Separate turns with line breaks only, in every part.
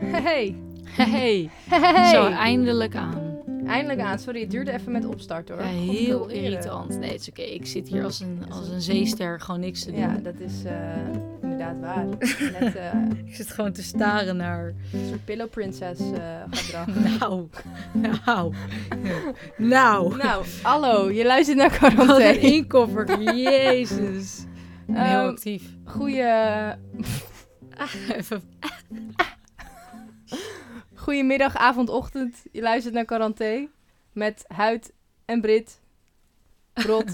Hey.
Hey.
Hey.
Zo, eindelijk aan.
Eindelijk aan. Sorry, het duurde even met opstart hoor.
Ja, heel irritant. Nee, het is oké. Ik zit hier als een zeester gewoon niks te doen.
Ja, dat is inderdaad waar. Net
Ik zit gewoon te staren naar...
een soort Pillow Princess gedrag. Nou, hallo. Je luistert naar
Wat een
Quarantaine.
inkoffer. Jezus. Ik ben heel actief. Even...
Goedemiddag, avond, ochtend. Je luistert naar Quarantaine. Met Huid en Brit. Brot.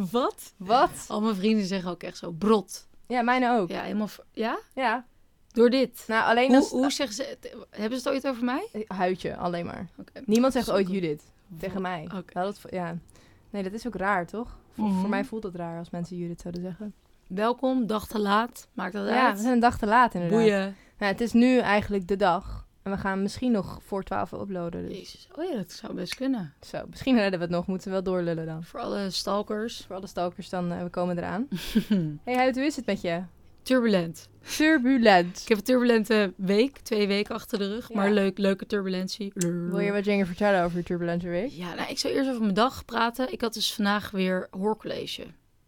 Wat? Al mijn vrienden zeggen ook echt zo, brot.
Ja, mijne ook.
Ja, helemaal... Ja?
Ja.
Door dit.
Nou, alleen als...
Hoe zeggen ze... Hebben ze het ooit over mij?
Huidje, alleen maar.
Okay.
Niemand zegt ooit Judith tegen mij.
Okay.
Ja. Nee, dat is ook raar, toch? Voor mij voelt het raar als mensen Judith zouden zeggen.
Welkom, dag te laat. Maakt dat uit?
Ja, we zijn een dag te laat inderdaad.
Boeien.
Nou, het is nu eigenlijk de dag. En we gaan misschien nog voor 12 uploaden. Dus.
Jezus. Oh ja, dat zou best kunnen.
Zo, misschien redden we het nog. Moeten we wel doorlullen dan.
Voor alle stalkers.
Voor alle stalkers dan, we komen eraan. Hey Huid, hoe is het met je?
Turbulent.
Turbulent.
Ik heb een turbulente week. 2 weken achter de rug.
Ja.
Maar leuke turbulentie.
Wil je wat dingen vertellen over je turbulente week?
Ja, nou, ik zou eerst over mijn dag praten. Ik had dus vandaag weer hoorcollege.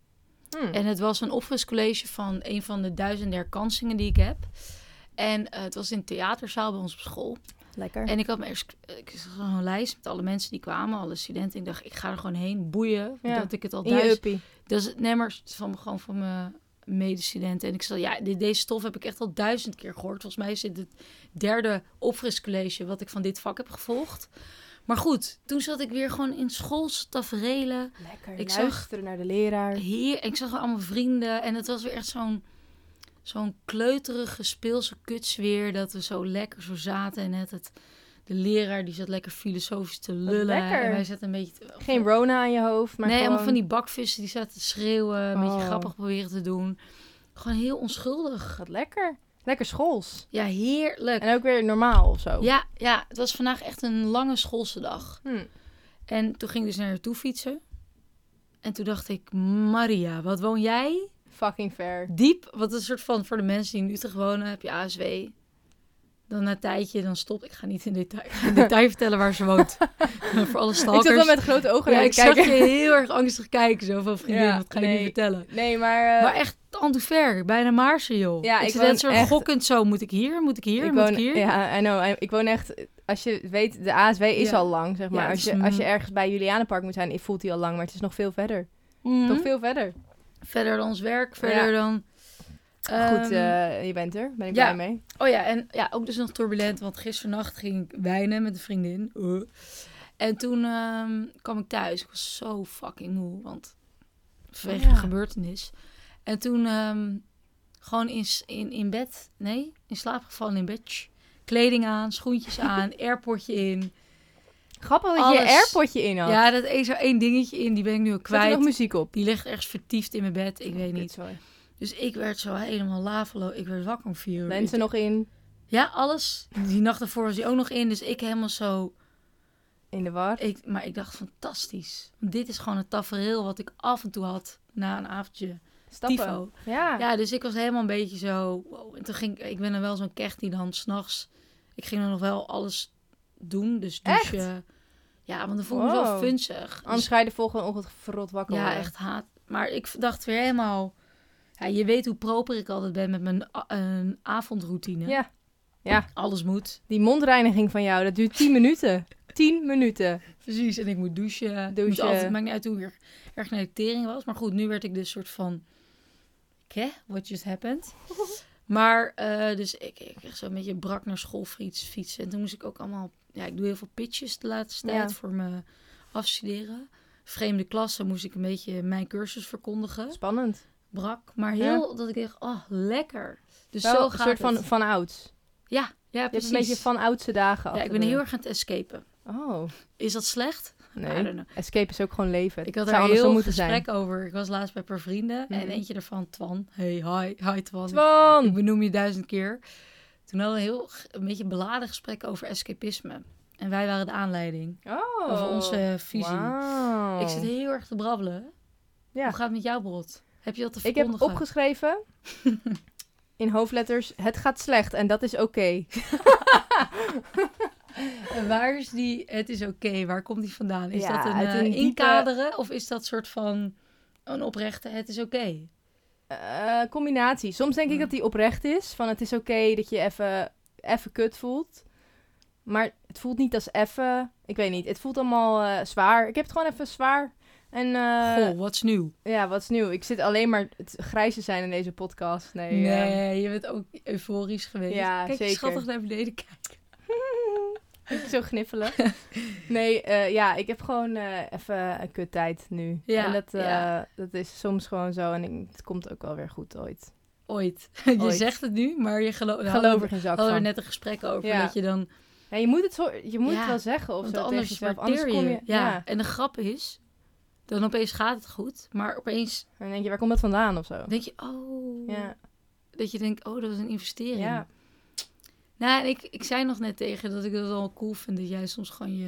En het was een opfriscollege van een van de 1000 herkansingen die ik heb. En het was in de theaterzaal bij ons op school.
Lekker.
En ik had ik zag zo'n lijst met alle mensen die kwamen, alle studenten. Ik dacht, ik ga er gewoon heen, boeien.
Ja.
Dat ik het al
in je uppie.
Dat is nee, maar gewoon van mijn medestudenten. En ik zei, ja, deze stof heb ik echt al 1000 keer gehoord. Volgens mij is dit het 3e opfriscollege wat ik van dit vak heb gevolgd. Maar goed, toen zat ik weer gewoon in schoolse taferelen.
Lekker,
ik
luisteren naar de leraar.
Ik zag allemaal vrienden. En het was weer echt zo'n kleuterige, speelse kutsfeer. Dat we zo lekker zo zaten. En de leraar die zat lekker filosofisch te lullen.
Lekker.
En wij zaten een beetje...
Geen Rona aan je hoofd, maar
nee,
gewoon...
allemaal van die bakvissen die zaten te schreeuwen. Een beetje grappig proberen te doen. Gewoon heel onschuldig.
Wat lekker. Lekker schools.
Ja, heerlijk.
En ook weer normaal of zo.
Ja, het was vandaag echt een lange schoolse dag. En toen ging ik dus naar naartoe fietsen. En toen dacht ik, Maria, wat woon jij?
Fucking fair.
Diep, wat een soort van, voor de mensen die in Utrecht wonen, heb je ASW. Dan na een tijdje, dan stopt. Ik ga niet in detail vertellen waar ze woont. Voor alle stalkers.
Ik zat wel met grote ogen naar
ik
te kijken.
zag je heel erg angstig kijken. Zo van, vriendin, wat ga je niet vertellen?
Nee, maar...
Maar echt en toe ver. Bijna Maarsen, joh.
Ja,
ik zit soort echt... gokkend zo. Moet ik hier? Moet ik hier?
Ja, I know. Ik woon echt... Als je weet, de ASW is al lang, zeg maar.
Ja,
als je ergens bij Julianenpark moet zijn, voelt die al lang. Maar het is nog veel verder. Nog veel verder.
Verder dan ons werk. Verder dan...
Goed, je bent er. Ben ik blij mee.
Oh ja, en ja, ook dus nog turbulent. Want gisternacht ging ik wijnen met een vriendin. En toen kwam ik thuis. Ik was zo fucking moe. Want vanwege de gebeurtenis. En toen gewoon in bed. Nee, in slaap gevallen in bed. Kleding aan, schoentjes aan, airpodje in.
Grappig dat je airpodje in had.
Ja, dat is zo 1 dingetje in. Die ben ik nu al kwijt.
Zet er nog muziek op?
Die ligt ergens vertiefd in mijn bed. Ik weet niet.
Sorry.
Dus ik werd zo helemaal lavelo. Ik werd wakker om 4 uur.
Lenzen nog in?
Ja, alles. Die nacht ervoor was die ook nog in. Dus ik helemaal zo...
In de war?
Maar ik dacht, fantastisch. Want dit is gewoon een tafereel wat ik af en toe had na een avondje
Stappen.
tifo.
Ja,
dus ik was helemaal een beetje zo... Wow. En toen ik ben er wel zo'n kecht die dan 's nachts... Ik ging dan nog wel alles doen. Dus douchen.
Echt?
Ja, want dan voel ik me zo funzig.
Anders ga je de volgende ochtend verrot wakker worden.
Ja, echt haat. Maar ik dacht weer helemaal... Ja, je weet hoe proper ik altijd ben met mijn avondroutine.
Ja.
Alles moet.
Die mondreiniging van jou, dat duurt 10 minuten. 10 minuten.
Precies, en ik moet douchen. Moet altijd, het maakt niet uit hoe erg naar de tering was. Maar goed, nu werd ik dus soort van... What just happened? Maar, dus ik kreeg zo een beetje brak naar school fietsen. En toen moest ik ook allemaal... Ja, ik doe heel veel pitches de laatste tijd voor me afstuderen. Vreemde klassen moest ik een beetje mijn cursus verkondigen.
Spannend.
Brak, maar heel dat ik dacht, lekker. Dus
wel
zo gaat
een soort van ouds.
Ja, precies.
Je hebt een beetje van oudse dagen.
Ja, ik ben heel erg aan het escapen.
Oh.
Is dat slecht?
Nee, escape is ook gewoon leven.
Ik had er heel veel gesprek over. Ik was laatst bij een paar vrienden en eentje ervan, Twan. Hey, hi Twan.
Twan!
Ik benoem je 1000 keer. Toen hadden we een beetje beladen gesprek over escapisme. En wij waren de aanleiding.
Oh.
Over onze visie.
Wow.
Ik zit heel erg te brabbelen. Ja. Hoe gaat het met jouw Brot? Heb je dat te verkondigen?
Ik heb opgeschreven in hoofdletters, het gaat slecht en dat is oké.
En waar is die, het is oké, waar komt die vandaan? Is
Ja,
dat een inkaderen of is dat soort van een oprechte, het is oké?
Combinatie. Soms denk ik dat die oprecht is. Van het is oké dat je even kut voelt. Maar het voelt niet als even. Ik weet niet. Het voelt allemaal zwaar. Ik heb het gewoon even zwaar. En,
goh, wat is nieuw?
Ja, wat is nieuw? Ik zit alleen maar het grijs te zijn in deze podcast.
Nee, je bent ook euforisch geweest.
Ja,
kijk,
zeker.
schattig naar beneden kijken.
Zo gniffelen. Nee, ik heb gewoon even een kuttijd nu.
Ja,
en dat is soms gewoon zo. En het komt ook wel weer goed ooit.
Ooit. Je zegt het nu, maar je gelooft
er geen zak van.
Hadden we net een gesprek over dat je dan...
Ja, je moet het wel zeggen of zo
anders
tegen jezelf. Anders kom je...
Ja, en de grap is, dan opeens gaat het goed, maar opeens...
Dan denk je, waar komt dat vandaan of zo?
denk je, oh...
Ja.
Dat je denkt, oh, dat was een investering.
Ja.
Nou, en ik zei nog net tegen dat ik het wel cool vind dat jij soms gewoon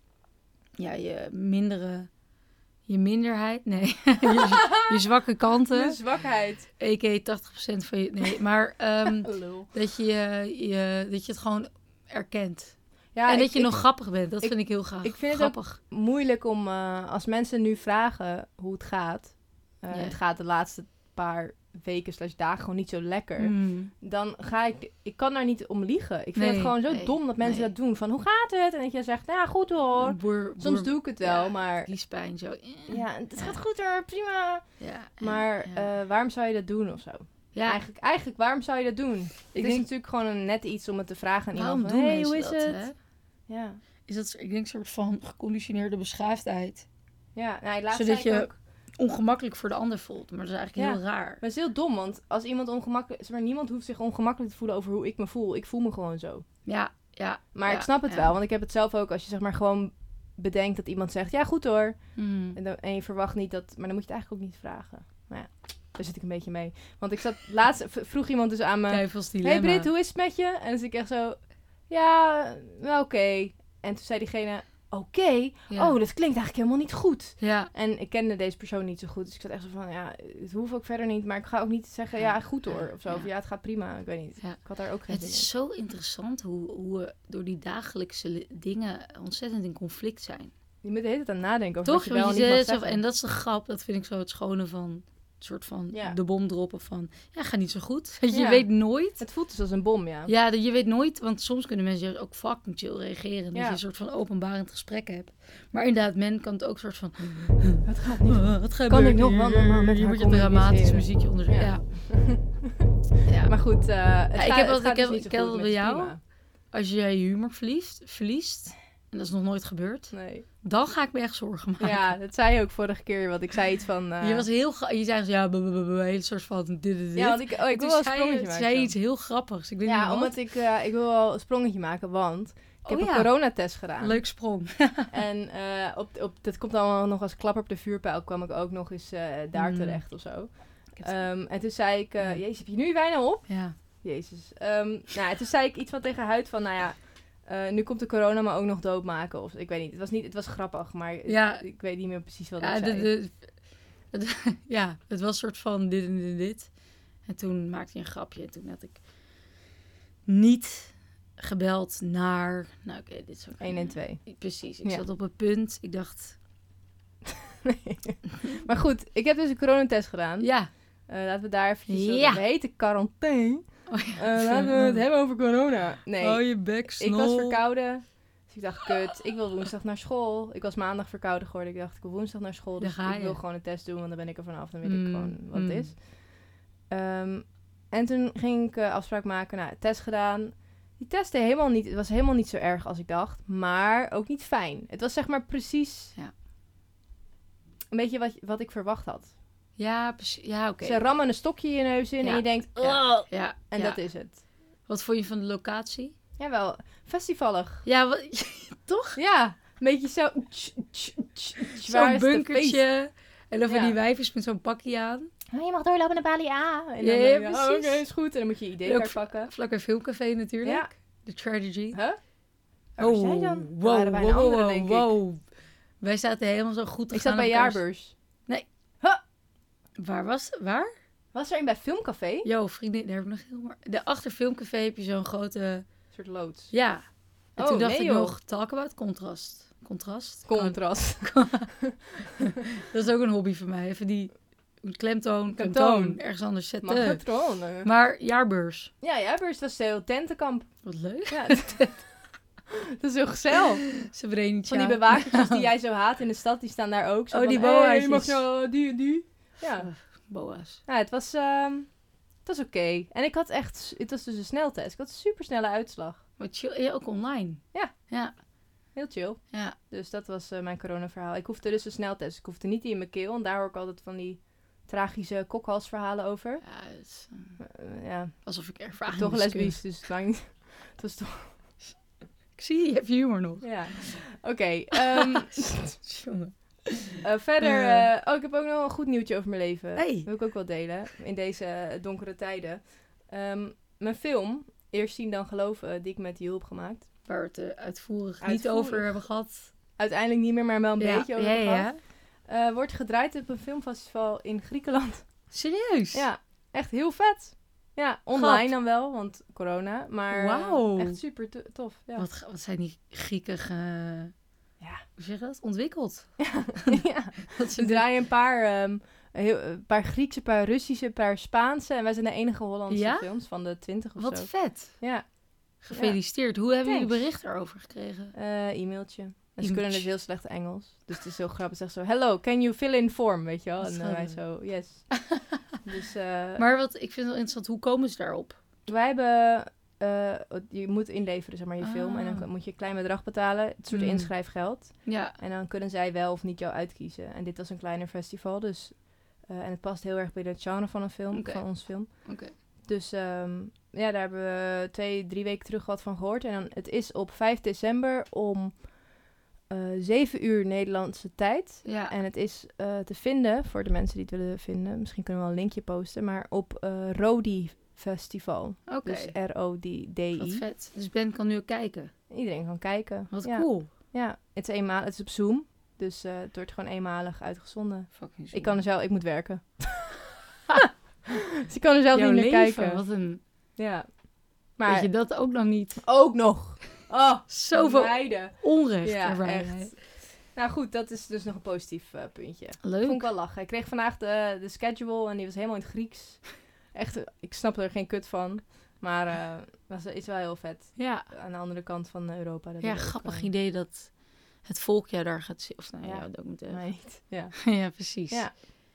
je minderheid, nee, je zwakke kanten.
De zwakheid.
A.k.a. 80% van je, nee, maar dat je het gewoon erkent. Ja, en dat je nog grappig bent, dat vind ik heel graag.
Ik vind
grappig.
Het ook moeilijk om, als mensen nu vragen hoe het gaat. Het gaat de laatste paar weken / dagen gewoon niet zo lekker. Dan ga ik kan daar niet om liegen. Ik vind het gewoon zo dom dat mensen dat doen. Van, hoe gaat het? En dat je zegt, nou goed hoor. Soms doe ik het wel, maar...
Kiespijn zo.
Ja, het gaat goed hoor, prima.
Ja,
maar waarom zou je dat doen of zo? Ja. Eigenlijk, waarom zou je dat doen? Ik denk natuurlijk gewoon net iets om het te vragen aan iemand. Van, hey, hoe is het?
Hè?
Ja.
Is dat, ik denk, een soort van geconditioneerde beschaafdheid.
Ja, nou, laatst
zodat je
ook
ongemakkelijk voor de ander voelt. Maar dat is eigenlijk heel raar.
Maar het is heel dom, want als iemand ongemakkelijk... Maar niemand hoeft zich ongemakkelijk te voelen over hoe ik me voel. Ik voel me gewoon zo.
Ja.
Maar ik snap het wel, want ik heb het zelf ook. Als je zeg maar gewoon bedenkt dat iemand zegt, ja goed hoor. En je verwacht niet dat... Maar dan moet je het eigenlijk ook niet vragen. Maar ja, daar zit ik een beetje mee. Want ik zat laatst... vroeg iemand dus aan me... Hey Brit, hoe is het met je? En dan zit ik echt zo... Ja, oké. En toen zei diegene... Oké. Oh, dat klinkt eigenlijk helemaal niet goed.
Ja.
En ik kende deze persoon niet zo goed. Dus ik zat echt zo van, ja, het hoeft ook verder niet. Maar ik ga ook niet zeggen, ja, goed hoor. Of zo. Of ja, het gaat prima. Ik weet niet. Ja. Ik had daar ook geen zin in.
Het is zo interessant hoe we door die dagelijkse dingen ontzettend in conflict zijn.
Je moet de hele tijd aan nadenken over
toch,
wat je wel niet mag zeggen.
En dat is de grap. Dat vind ik zo het schone van... soort van de bom droppen van... Ja, gaat niet zo goed. Je weet nooit...
Het voelt dus als een bom, ja.
Ja, je weet nooit... Want soms kunnen mensen ook fucking chill reageren. Dat je een soort van openbarend gesprek hebt. Maar inderdaad, men kan het ook soort van...
Het gaat niet goed.
Wat
kan ik nog wel normaal met
je moet je dramatisch muziekje onder... Ja.
Maar goed,
ik heb altijd bij jou...
Prima.
Als jij je humor verliest... En dat is nog nooit gebeurd.
Nee.
Dan ga ik me echt zorgen maken.
Ja, dat zei je ook vorige keer. Want ik zei iets van...
Je was heel... Je zei zo, ja, een soort van... Dit.
Ja, want ik wil wel een sprongetje maken.
zei iets heel grappigs. Ik weet niet
omdat ik wil wel een sprongetje maken, want... Ik heb een coronatest gedaan.
Leuk sprong.
En dat komt allemaal nog als klapper op de vuurpijl. Kwam ik ook nog eens daar terecht of zo. En toen zei ik... Jezus, heb je nu je wijn al op?
Ja.
Jezus. Toen zei ik iets van tegen Huid van... Nou ja... nu komt de corona me ook nog doodmaken. Of ik weet niet. Het was grappig, maar ik weet niet meer precies wat ik zei.
Het was een soort van dit en dit. En toen maakte hij een grapje. En toen had ik niet gebeld naar... Nou, oké, dit is ook...
112.
Precies. Ik zat op het punt. Ik dacht...
Nee. Maar goed, ik heb dus een coronatest gedaan.
Ja.
Laten we daar eventjes... Dat heet quarantaine. Laten we het hebben over corona. Nee,
je bek, snol.
Ik was verkouden. Dus ik dacht, kut, ik wil woensdag naar school. Ik was maandag verkouden geworden. Ik dacht, ik wil woensdag naar school. Dus ik wil gewoon een test doen, want dan ben ik er vanaf. Dan weet ik gewoon wat het is. En toen ging ik afspraak maken. Nou, test gedaan. Die test het was helemaal niet zo erg als ik dacht. Maar ook niet fijn. Het was zeg maar precies een beetje wat ik verwacht had.
Ja, precies. Ja, oké.
Ze rammen een stokje in je neus in en je denkt... dat is het.
Wat vond je van de locatie?
Jawel, festivalig.
Ja, toch?
Ja, een beetje zo...
Zo'n bunkertje. En dan van die wijfjes met zo'n pakje aan.
Oh, je mag doorlopen naar Bali A. En dan precies. Oké, is goed. En dan moet je je ID-kaart pakken.
Vlak een filmcafé natuurlijk. Ja. De Tragedy.
Huh? Waar was jij dan?
Wow. Wij zaten helemaal zo goed te
gaan. Ik zat bij Jaarbeurs.
Nee. Waar?
Was er een bij Filmcafé?
Vriendin, daar heb ik nog heel maar. Achter Filmcafé heb je zo'n grote...
Een soort loods.
Ja. En toen dacht ik nog, talk about contrast. Contrast? Dat is ook een hobby van mij. Even die klemtoon. Ergens anders zetten.
Magnetron.
Maar jaarbeurs.
Ja, jaarbeurs was heel tentenkamp.
Wat leuk.
Ja, dat is heel gezellig.
Van
die bewakertjes die jij zo haat in de stad, die staan daar ook. Zo
die boa's.
Je mag nou die. Ja.
Boa's.
Ja, het was oké. En ik had het was dus een sneltest. Ik had een supersnelle uitslag.
Wat chill. Ja, ook online.
Ja. Heel chill.
Ja.
Dus dat was mijn corona-verhaal. Ik hoefde dus een sneltest. Ik hoefde niet die in mijn keel. En daar hoor ik altijd van die tragische kokhalsverhalen over.
Ja, het is,
ja.
Alsof ik ervaring
toch lesbisch, dus het was toch...
Ik zie, je hebt humor nog.
Ja. Oké. Verder, ik heb ook nog een goed nieuwtje over mijn leven.
Hey.
Wil ik ook wel delen in deze donkere tijden. Mijn film, Eerst zien dan geloven, die ik met Jules heb gemaakt.
Waar we het uitvoerig niet over hebben gehad.
Uiteindelijk niet meer, maar wel een beetje over gehad.
Ja.
Wordt gedraaid op een filmfestival in Griekenland.
Serieus?
Ja, echt heel vet. Ja, online dan wel, want corona. Maar echt super tof. Ja.
Wat zijn die Grieken hoe zeg je dat? Ontwikkeld.
Ja. Ze draaien een paar Griekse, een paar Russische, een paar Spaanse. En wij zijn de enige Hollandse films van de 20 of
Wat
zo.
Wat vet.
Ja.
Gefeliciteerd. Hoe hebben jullie bericht erover gekregen?
E-mailtje. En ze kunnen dus heel slecht Engels. Dus het is heel grappig. Zeg zo, hello, can you fill in form? Weet je wel? En wij zo, yes. Dus,
maar ik vind het wel interessant. Hoe komen ze daarop?
Wij hebben... je moet inleveren, zeg maar, je film. En dan moet je een klein bedrag betalen. Het soort inschrijfgeld.
Ja.
En dan kunnen zij wel of niet jou uitkiezen. En dit was een kleiner festival. Dus, en het past heel erg bij het genre van een film. Van ons film.
Okay.
Dus daar hebben we 2-3 weken terug wat van gehoord. En dan, het is op 5 december om 7 uur Nederlandse tijd.
Ja.
En het is te vinden, voor de mensen die het willen vinden. Misschien kunnen we wel een linkje posten. Maar op Rodi Festival.
Oké.
Dus RODI.
Wat vet. Dus Ben kan nu ook kijken.
Iedereen kan kijken.
Wat cool.
Ja, het is op Zoom. Dus het wordt gewoon eenmalig uitgezonden.
Fucking
Zoom. Ik moet werken. Dus ik kan er zelf niet naar kijken.
Wat een...
Ja. Maar
weet je dat ook nog niet?
Ook nog. Oh,
zoveel onrecht.
Ja, echt. Nou goed, dat is dus nog een positief puntje.
Leuk.
Vond ik wel lachen. Ik kreeg vandaag de schedule en die was helemaal in het Grieks. Echt, ik snapte er geen kut van. Maar is wel heel vet.
Ja.
Aan de andere kant van Europa.
Dat grappig idee dat het volk jou daar gaat zien. Of documentaire.
Nee, niet. Ja.
Ja, precies.
Ja.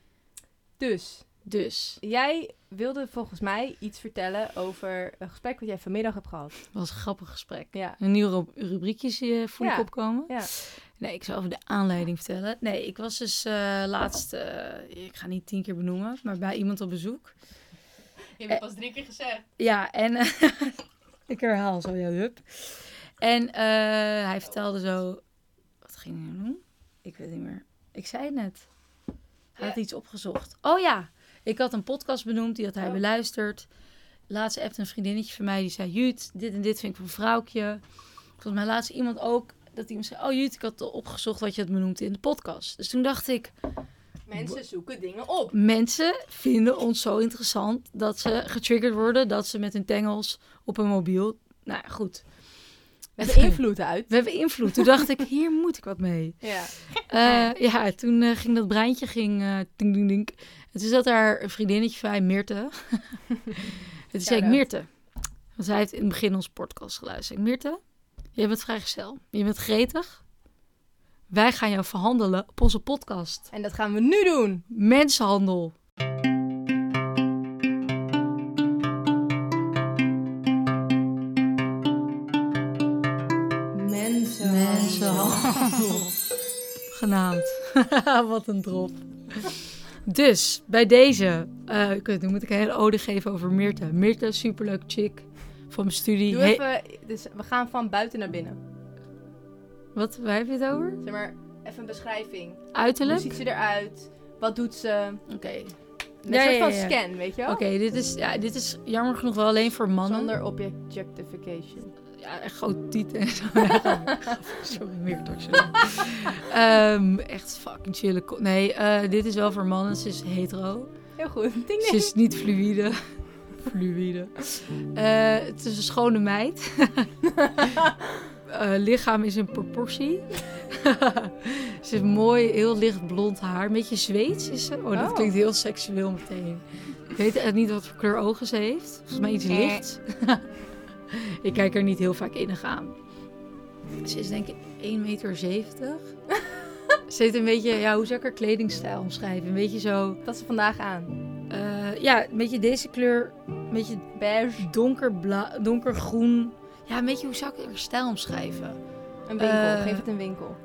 Dus. Jij wilde volgens mij iets vertellen over een gesprek wat jij vanmiddag hebt gehad.
Dat was een grappig gesprek.
Ja.
Een nieuw rubriekje voel ik opkomen.
Ja.
Nee, ik zal even de aanleiding vertellen. Nee, ik was dus laatst, ik ga niet 10 keer benoemen, maar bij iemand op bezoek.
Je hebt pas 3 keer gezegd.
Ja, en ik herhaal zo jouw hup. En hij vertelde zo, wat ging hij doen? Ik weet niet meer. Ik zei het net. Hij had iets opgezocht. Oh ja, ik had een podcast benoemd, die had hij beluisterd. Laatst appte een vriendinnetje van mij, die zei, Jut, dit en dit vind ik van een vrouwtje. Volgens mij laatst iemand ook, dat iemand zei, oh Jut, ik had opgezocht wat je had benoemd in de podcast. Dus toen dacht ik...
Mensen zoeken dingen op.
Mensen vinden ons zo interessant dat ze getriggerd worden, dat ze met hun tengels op een mobiel... Nou ja, goed.
We hebben invloed uit.
We hebben invloed. Toen dacht ik, hier moet ik wat mee.
Ja.
Toen ging dat breintje, ding, ding, ding. En toen zat daar een vriendinnetje van mij, Meerte. En toen zei ik, Meerte. Want zij heeft in het begin onze podcast geluisterd. Meerte, jij bent vrijgezel. Je bent gretig. Wij gaan jou verhandelen op onze podcast.
En dat gaan we nu doen.
Mensenhandel. Mensenhandel. Genaamd. Wat een drop. Dus, bij deze... nu moet ik een hele ode geven over Meerte. Meerte, superleuk chick van mijn studie.
Doe even... Dus we gaan van buiten naar binnen.
Wat, waar heb je het over?
Zeg maar, even een beschrijving.
Uiterlijk?
Hoe ziet ze eruit? Wat doet ze?
Oké.
Een soort van scan, weet je wel?
Oké, dit is jammer genoeg wel alleen voor mannen.
Zonder objectification.
Ja, echt groot tieten en zo. Sorry, meer echt fucking chillen. Nee, dit is wel voor mannen. Ze is hetero.
Heel goed.
Ze is niet fluïde. Fluïde. Het is een schone meid. Lichaam is in proportie. Ze heeft mooi, heel licht blond haar. Een beetje Zweeds is ze. Dat klinkt heel seksueel meteen. Ik weet echt niet wat voor kleur ogen ze heeft. Volgens mij iets lichts. Ik kijk er niet heel vaak in aan. Ze is denk ik 1,70 meter. Ze heeft een beetje, hoe zou ik haar kledingstijl omschrijven? Een beetje zo...
Wat ze vandaag aan?
Een beetje deze kleur. Een beetje beige. Donkergroen. Ja, een beetje, hoe zou ik haar stijl omschrijven?
Een winkel, geef het een winkel.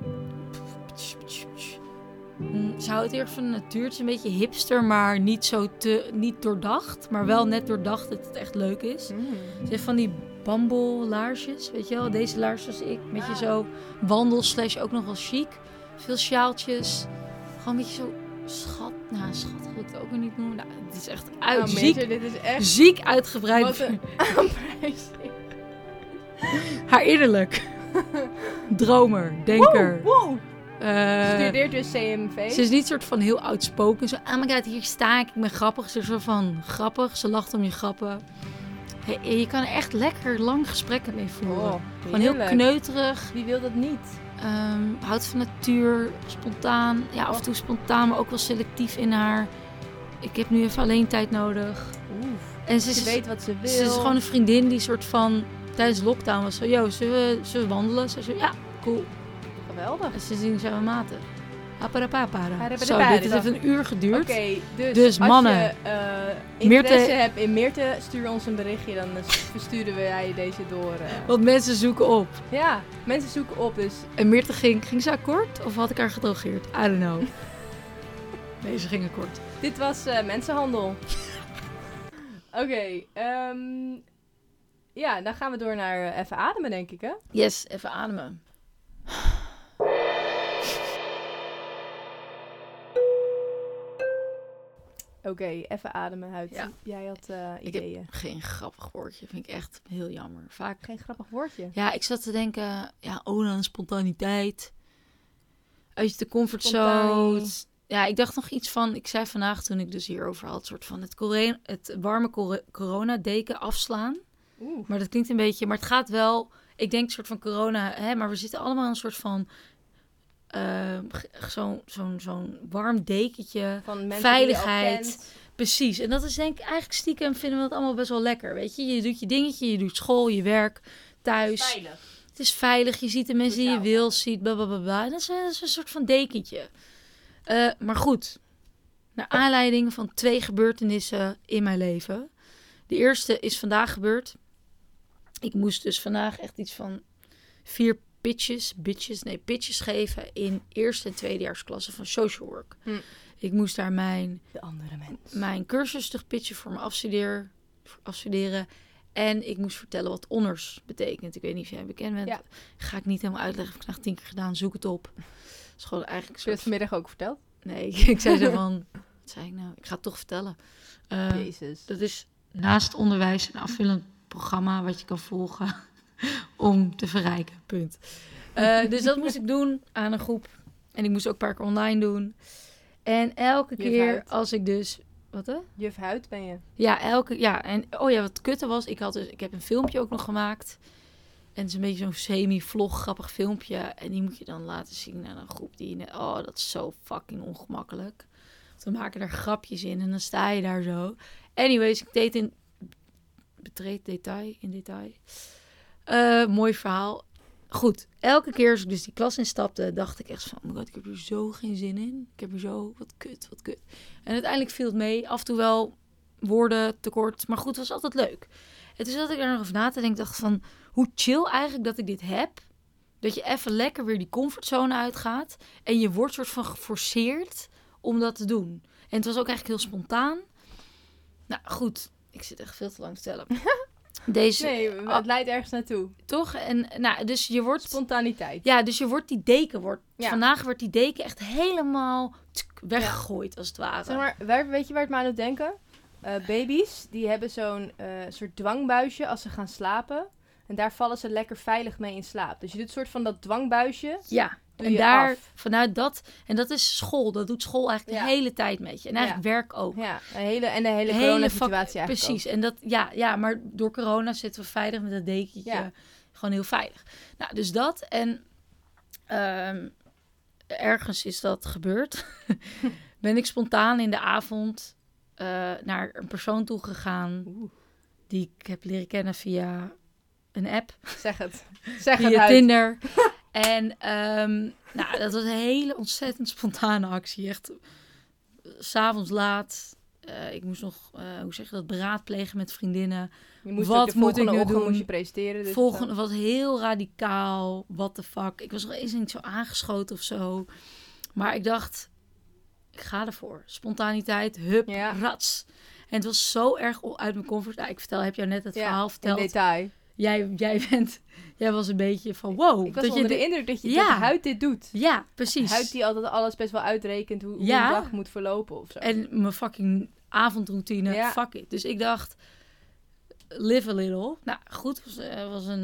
Ze houdt heel erg van de natuur. Het is een beetje hipster, maar niet niet doordacht. Maar wel net doordacht dat het echt leuk is. Ze heeft van die bamboe laarsjes, weet je wel? Deze laarsjes ik. Een beetje zo wandel / ook nog wel chic. Veel sjaaltjes. Gewoon een beetje zo schat. Nou, schat wil ik het ook weer niet noemen. Nou, het is echt ziek.
Dit is echt
ziek uitgebreid.
Wat een aanprijzing.
Haar innerlijk. Dromer, denker.
Wow. Studeert dus CMV.
Ze is niet soort van heel outspoken. Zo, oh my god, hier sta ik ben grappig. Ze is soort van grappig. Ze lacht om je grappen. Je kan er echt lekker lang gesprekken mee voeren. Gewoon heel kneuterig.
Wie wil dat niet?
Houdt van natuur, spontaan. Ja, af en toe spontaan, maar ook wel selectief in haar. Ik heb nu even alleen tijd nodig.
En ze weet wat ze wil.
Ze is gewoon een vriendin die soort van tijdens lockdown was zo, zullen we wandelen? Ze zei, ja, cool.
Geweldig.
En sindsdien zijn we maten. Zo, dit heeft even een uur geduurd.
Oké,
dus mannen.
Als je interesse hebt in Meerte, stuur ons een berichtje. Dan versturen wij deze door.
Want mensen zoeken op.
Ja, mensen zoeken op. Dus.
En Meerte ging ze akkoord? Of had ik haar gedrogeerd? I don't know. Nee, ze ging akkoord.
Dit was mensenhandel. Oké, ja, dan gaan we door naar even ademen, denk ik, hè?
Yes, even ademen.
Oké, even ademen, Huid. Ja. Jij had ideeën.
Ik heb geen grappig woordje. Vind ik echt heel jammer. Vaak
geen grappig woordje?
Ja, ik zat te denken... Ja, aan spontaniteit. Uit de comfortzone. Ja, ik dacht nog iets van... Ik zei vandaag toen ik dus hierover had... soort van het warme coronadeken afslaan. Maar dat klinkt een beetje... Maar het gaat wel... Ik denk een soort van corona... Hè, maar we zitten allemaal in een soort van... zo'n warm dekentje, van veiligheid. Precies. En dat is denk ik eigenlijk stiekem vinden we dat allemaal best wel lekker. Weet je, je doet je dingetje, je doet school, je werk, thuis. Het is veilig. Je ziet de mensen die je wil, ziet, blablabla. En dat is een soort van dekentje. Maar goed, naar aanleiding van 2 gebeurtenissen in mijn leven. De eerste is vandaag gebeurd. Ik moest dus vandaag echt iets van 4 pitches geven in eerste en tweedejaarsklasse van social work. Ik moest daar mijn cursus terug pitchen voor mijn afstuderen. En ik moest vertellen wat honors betekent. Ik weet niet of jij bekend bent. Ja. Ga ik niet helemaal uitleggen. Heb ik vandaag 10 keer gedaan. Zoek het op. Het is gewoon eigenlijk...
Heb je het vanmiddag ook verteld?
Nee, ik zei zo van... Wat zei ik nou? Ik ga het toch vertellen.
Jezus.
Dat is naast onderwijs een afvullend programma wat je kan volgen... om te verrijken, punt. Dus dat moest ik doen aan een groep. En ik moest ook een paar keer online doen. En elke keer als ik dus... Wat hè?
Juf Huid ben je.
Ja, en wat kutte was... Ik heb een filmpje ook nog gemaakt. En het is een beetje zo'n semi-vlog, grappig filmpje. En die moet je dan laten zien aan een groep dat is zo fucking ongemakkelijk. Want we maken er grapjes in en dan sta je daar zo. Anyways, ik deed in detail... mooi verhaal. Goed, elke keer als ik dus die klas instapte, dacht ik echt van... Oh my god, ik heb er zo geen zin in. Ik heb er zo... Wat kut. En uiteindelijk viel het mee. Af en toe wel woorden tekort. Maar goed, het was altijd leuk. En toen zat ik er nog over na te denken. Dacht van, hoe chill eigenlijk dat ik dit heb. Dat je even lekker weer die comfortzone uitgaat. En je wordt soort van geforceerd om dat te doen. En het was ook eigenlijk heel spontaan. Nou, goed. Ik zit echt veel te lang te vertellen.
Het leidt ergens naartoe.
Toch? En dus je wordt...
Spontaniteit.
Ja, dus je wordt die deken... Vandaag wordt die deken echt helemaal weggegooid, als het ware.
Zeg maar, weet je waar het me aan doet denken? Baby's, die hebben zo'n soort dwangbuisje als ze gaan slapen. En daar vallen ze lekker veilig mee in slaap. Dus je doet een soort van dat dwangbuisje.
Ja, en daar, vanuit dat... En dat is school. Dat doet school eigenlijk de hele tijd met je. En eigenlijk werk ook.
Ja, de hele corona-situatie eigenlijk
precies.
ook.
En dat, maar door corona zitten we veilig met dat dekentje. Ja. Gewoon heel veilig. Nou, dus dat. En ergens is dat gebeurd. Ben ik spontaan in de avond naar een persoon toe gegaan... die ik heb leren kennen via een app.
Zeg het.
Via Tinder. En dat was een hele ontzettend spontane actie. Echt 's avonds laat. Ik moest nog, beraadplegen met vriendinnen.
Je moest wat moet ik nu doen? Moest je presenteren. Dus
volgende was heel radicaal. What the fuck. Ik was nog eens niet zo aangeschoten of zo. Maar ik dacht, ik ga ervoor. Spontaniteit, rats. En het was zo erg uit mijn comfort. Heb jou net het verhaal verteld.
In detail.
Jij was een beetje van wow.
Ik was onder de indruk dat de huid dit doet.
Ja, precies.
De huid die altijd alles best wel uitrekent hoe een dag moet verlopen of zo.
En mijn fucking avondroutine, fuck it. Dus ik dacht, live a little. Nou, goed, was een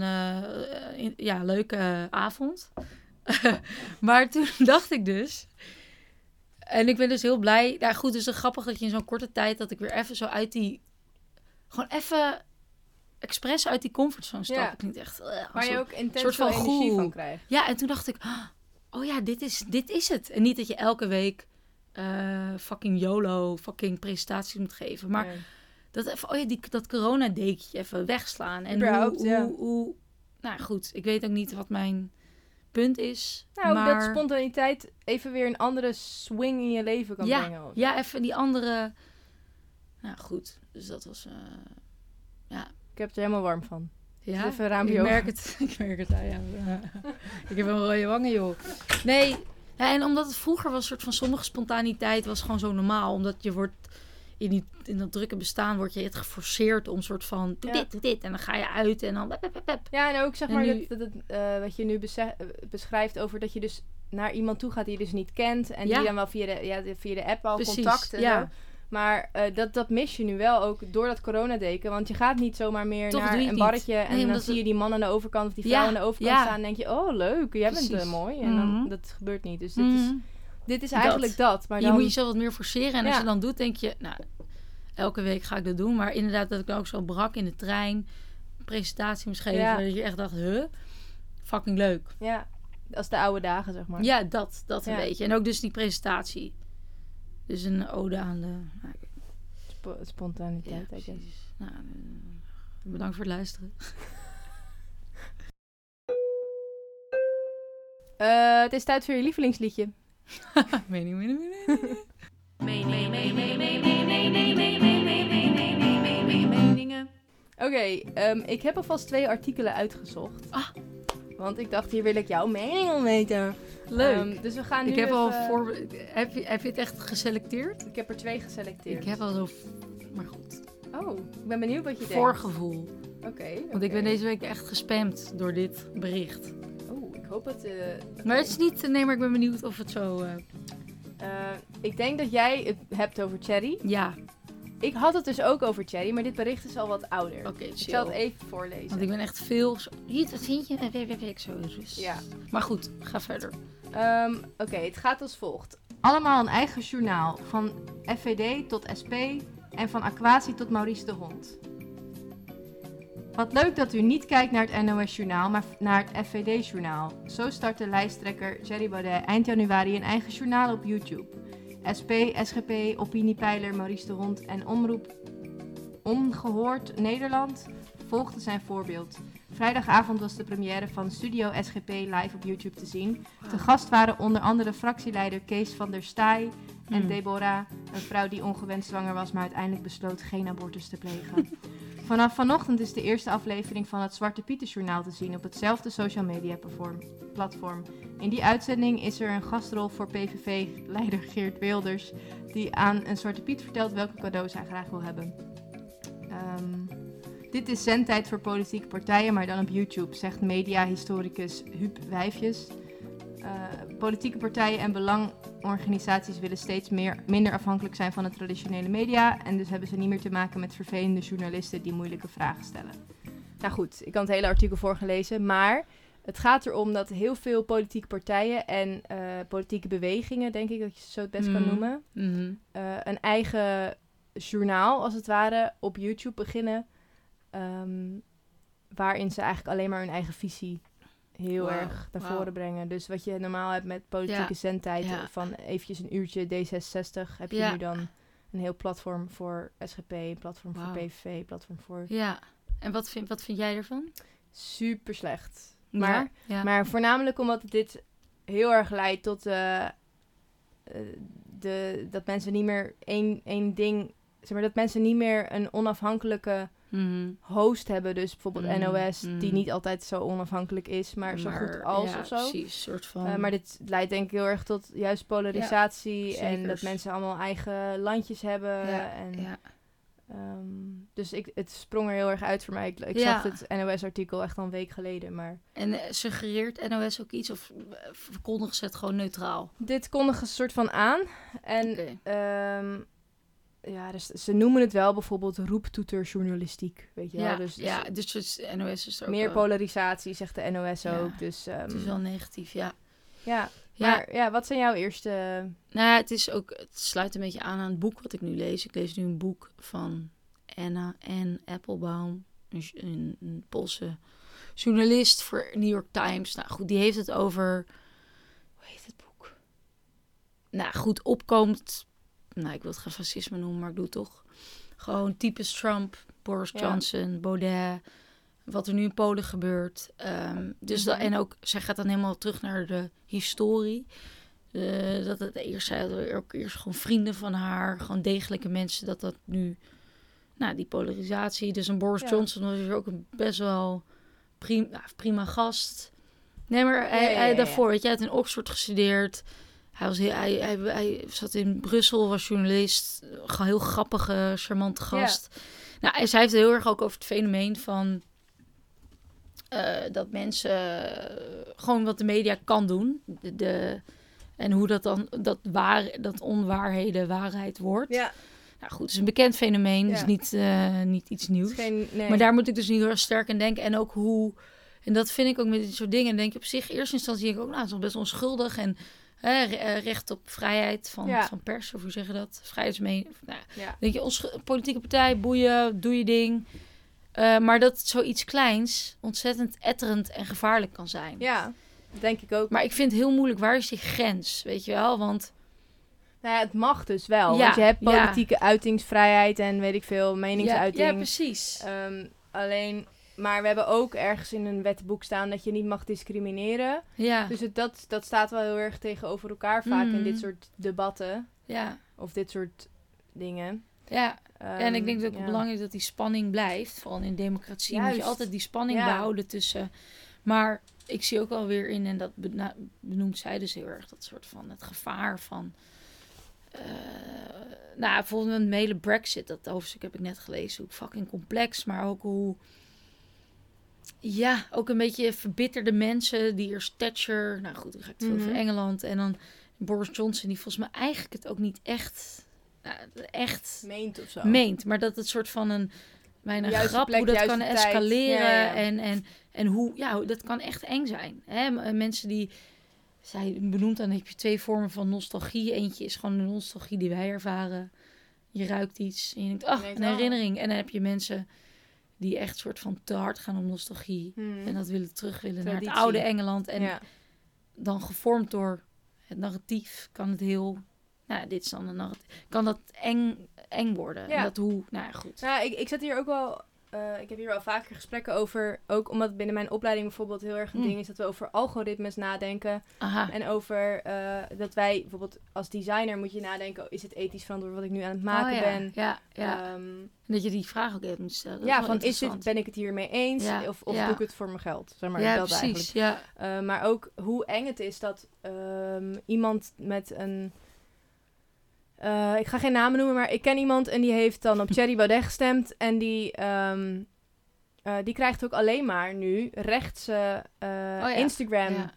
leuke avond. Maar toen dacht ik dus... En ik ben dus heel blij. Nou goed, het is grappig dat je in zo'n korte tijd... dat ik weer even zo uit die... Gewoon even... expres uit die comfortzone stap. Ik niet echt...
maar je ook intens veel energie van krijgt.
Ja, en toen dacht ik... Oh ja, dit is het. En niet dat je elke week... fucking YOLO... fucking presentaties moet geven. Maar dat even... dat corona-dekentje even wegslaan. En hoe... Nou goed, ik weet ook niet wat mijn... punt is.
Nou, maar... dat spontaniteit even weer een andere swing in je leven kan brengen.
Ja, even die andere... Nou, goed. Dus dat was...
Ik heb er helemaal warm van.
Ja,
even een
ik merk het. Ik heb een rode wangen, joh. Nee, en omdat het vroeger was, soort van sommige spontaniteit was gewoon zo normaal. Omdat je wordt... In dat drukke bestaan word je het geforceerd om soort van... Doe dit. En dan ga je uit en dan...
Ja, en ook zeg maar wat je nu beschrijft over dat je dus naar iemand toe gaat die je dus niet kent. En die dan wel via de app al contact en zo. Maar dat mis je nu wel ook door dat coronadeken. Want je gaat niet zomaar meer naar een barretje. En dan zie je die man aan de overkant of die vrouw aan de overkant staan. En denk je, oh leuk, jij bent mooi. En dan, dat gebeurt niet. Dus dit is eigenlijk dat. Maar dan...
Je moet jezelf wat meer forceren. En als je dan doet, denk je... Nou, elke week ga ik dat doen. Maar inderdaad, dat ik dan ook zo brak in de trein. Presentatie moest geven. Dat je echt dacht, fucking leuk.
Ja, als de oude dagen, zeg maar.
Ja, dat een beetje. En ook dus die presentatie. Dus een ode aan de...
spontaniteit,
I guess. Nou, bedankt voor het luisteren.
Het is tijd voor je lievelingsliedje. Meningen. Oké, ik heb alvast 2 artikelen uitgezocht. Want ik dacht, hier wil ik jouw mening om weten.
Leuk.
Dus we gaan nu
Heb je het echt geselecteerd?
Ik heb er 2 geselecteerd.
Ik heb al zo... Maar goed.
Oh, ik ben benieuwd wat je denkt.
Voorgevoel.
Oké.
Want ik ben deze week echt gespamd door dit bericht.
Oh, ik hoop het...
Maar het is niet... Nee, maar ik ben benieuwd of het zo...
Ik denk dat jij het hebt over Cherry.
Ja.
Ik had het dus ook over Cherry, maar dit bericht is al wat ouder.
Oké,
ik zal het even voorlezen.
Want ik ben echt veel... Hier, dat vind je? Ik zo rust.
Ja.
Maar goed, ga verder.
Oké, het gaat als volgt. Allemaal een eigen journaal. Van FVD tot SP en van Aquatie tot Maurice de Hond. Wat leuk dat u niet kijkt naar het NOS-journaal, maar naar het FVD-journaal. Zo startte lijsttrekker Thierry Baudet eind januari een eigen journaal op YouTube. SP, SGP, Opiniepeiler Maurice de Hond en Omroep Ongehoord Nederland volgden zijn voorbeeld. Vrijdagavond was de première van Studio SGP live op YouTube te zien. Te gast waren onder andere fractieleider Kees van der Staaij en Deborah, een vrouw die ongewenst zwanger was, maar uiteindelijk besloot geen abortus te plegen. Vanaf vanochtend is de eerste aflevering van het Zwarte Pieter-journaal te zien op hetzelfde social media platform. In die uitzending is er een gastrol voor PVV-leider Geert Wilders, die aan een Zwarte Piet vertelt welke cadeaus hij graag wil hebben. Dit is zendtijd voor politieke partijen, maar dan op YouTube, zegt mediahistoricus Huub Wijfjes. Politieke partijen en belangorganisaties willen steeds minder afhankelijk zijn van de traditionele media. En dus hebben ze niet meer te maken met vervelende journalisten die moeilijke vragen stellen. nou goed, ik kan het hele artikel voorgelezen. Maar het gaat erom dat heel veel politieke partijen en politieke bewegingen, denk ik dat je ze zo het best kan noemen, een eigen journaal, als het ware, op YouTube beginnen. Waarin ze eigenlijk alleen maar hun eigen visie heel erg naar voren brengen. Dus wat je normaal hebt met politieke zendtijd van eventjes een uurtje D66, heb je nu dan een heel platform voor SGP, een platform voor PVV, een platform voor...
Ja, en wat vind jij ervan?
Super slecht. Maar voornamelijk omdat dit heel erg leidt tot dat mensen niet meer één ding... Zeg maar, dat mensen niet meer een onafhankelijke host hebben. Dus bijvoorbeeld NOS, die niet altijd zo onafhankelijk is, maar zo goed als of zo.
Precies, soort van...
maar dit leidt denk ik heel erg tot juist polarisatie en dat mensen allemaal eigen landjes hebben. Dus het sprong er heel erg uit voor mij. Ik zag het NOS-artikel echt al een week geleden. Maar...
En suggereert NOS ook iets of verkondigen ze het gewoon neutraal?
Dit kondigen ze soort van aan. En dus ze noemen het wel bijvoorbeeld roeptoeterjournalistiek, weet je wel. Dus
NOS is er
meer
ook
polarisatie, zegt de NOS ook. Dus,
het is wel negatief,
Maar wat zijn jouw eerste...
Nou, het sluit een beetje aan het boek wat ik nu lees. Ik lees nu een boek van Anna Applebaum, een Poolse journalist voor New York Times. Nou goed, die heeft het over... Hoe heet het boek? Nou goed, opkomt... Nou, ik wil het geen fascisme noemen, maar ik doe het toch. Gewoon typisch Trump, Boris Johnson, Baudet, wat er nu in Polen gebeurt. En ook, zij gaat dan helemaal terug naar de historie. Dat het eerst gewoon vrienden van haar, gewoon degelijke mensen, dat nu, nou, die polarisatie. Dus een Boris Johnson was dus ook een best wel prima gast. Nee, maar hij daarvoor, weet je, hij had in Oxford gestudeerd. Hij zat in Brussel, was journalist. Gewoon heel grappige, charmante gast. Ja. Nou, zij heeft het heel erg ook over het fenomeen van... dat mensen... gewoon wat de media kan doen. En hoe dat dan... dat onwaarheden waarheid wordt. Ja. Nou goed, het is een bekend fenomeen. Het is niet iets nieuws. Maar daar moet ik dus niet heel erg sterk in denken. En ook hoe... En dat vind ik ook met dit soort dingen. En denk ik op zich, eerste instantie denk ik ook... Nou, het is nog best onschuldig en... recht op vrijheid van pers, of hoe zeg je dat? Vrijheidsmening. Nou, denk je, politieke partij, boeien, doe je ding. Maar dat zoiets kleins ontzettend etterend en gevaarlijk kan zijn.
Ja, denk ik ook.
Maar ik vind het heel moeilijk, waar is die grens, weet je wel? Want...
Nou ja, het mag dus wel. Want je hebt politieke uitingsvrijheid en weet ik veel, meningsuiting.
Ja, precies.
Alleen... Maar we hebben ook ergens in een wetboek staan dat je niet mag discrimineren. Ja. Dus dat staat wel heel erg tegenover elkaar vaak in dit soort debatten. Ja. Of dit soort dingen.
Ja, en ik denk dat het ook belangrijk is dat die spanning blijft. Vooral in democratie moet je altijd die spanning behouden tussen... Maar ik zie ook alweer in, en dat benoemt zij dus heel erg, dat soort van het gevaar van... bijvoorbeeld een hele Brexit, dat hoofdstuk heb ik net gelezen. Hoe fucking complex, maar ook hoe... Ja, ook een beetje verbitterde mensen. Die eerst Thatcher... Nou goed, dan ga ik het over Engeland. En dan Boris Johnson, die volgens mij eigenlijk het ook niet echt
meent of zo.
Meent, maar dat het soort van een grap, hoe dat kan escaleren. Ja. En hoe, dat kan echt eng zijn. Hè? Mensen die... Zij benoemt dan, heb je 2 vormen van nostalgie. Eentje is gewoon de nostalgie die wij ervaren. Je ruikt iets en je denkt, een herinnering. En dan heb je mensen... die echt soort van te hard gaan om nostalgie. En dat terug willen naar het oude Engeland. En dan gevormd door het narratief kan het heel... Nou, dit is dan een narratief. Kan dat eng worden. Ja. En dat hoe... Nou ja, goed.
Nou, ik zat hier ook wel... ik heb hier wel vaker gesprekken over... Ook omdat binnen mijn opleiding bijvoorbeeld heel erg een ding is... dat we over algoritmes nadenken. Aha. En over dat wij... Bijvoorbeeld als designer moet je nadenken... Is het ethisch verantwoord wat ik nu aan het maken ben?
Ja. Dat je die vraag ook even moet stellen.
Ja, van ben ik het hiermee eens? Ja. Of doe ik het voor mijn geld? Zeg maar, dat precies. Eigenlijk. Ja. Maar ook hoe eng het is dat iemand met een... ik ga geen namen noemen, maar ik ken iemand en die heeft dan op Thierry Baudet gestemd. En die die krijgt ook alleen maar nu rechtse Instagram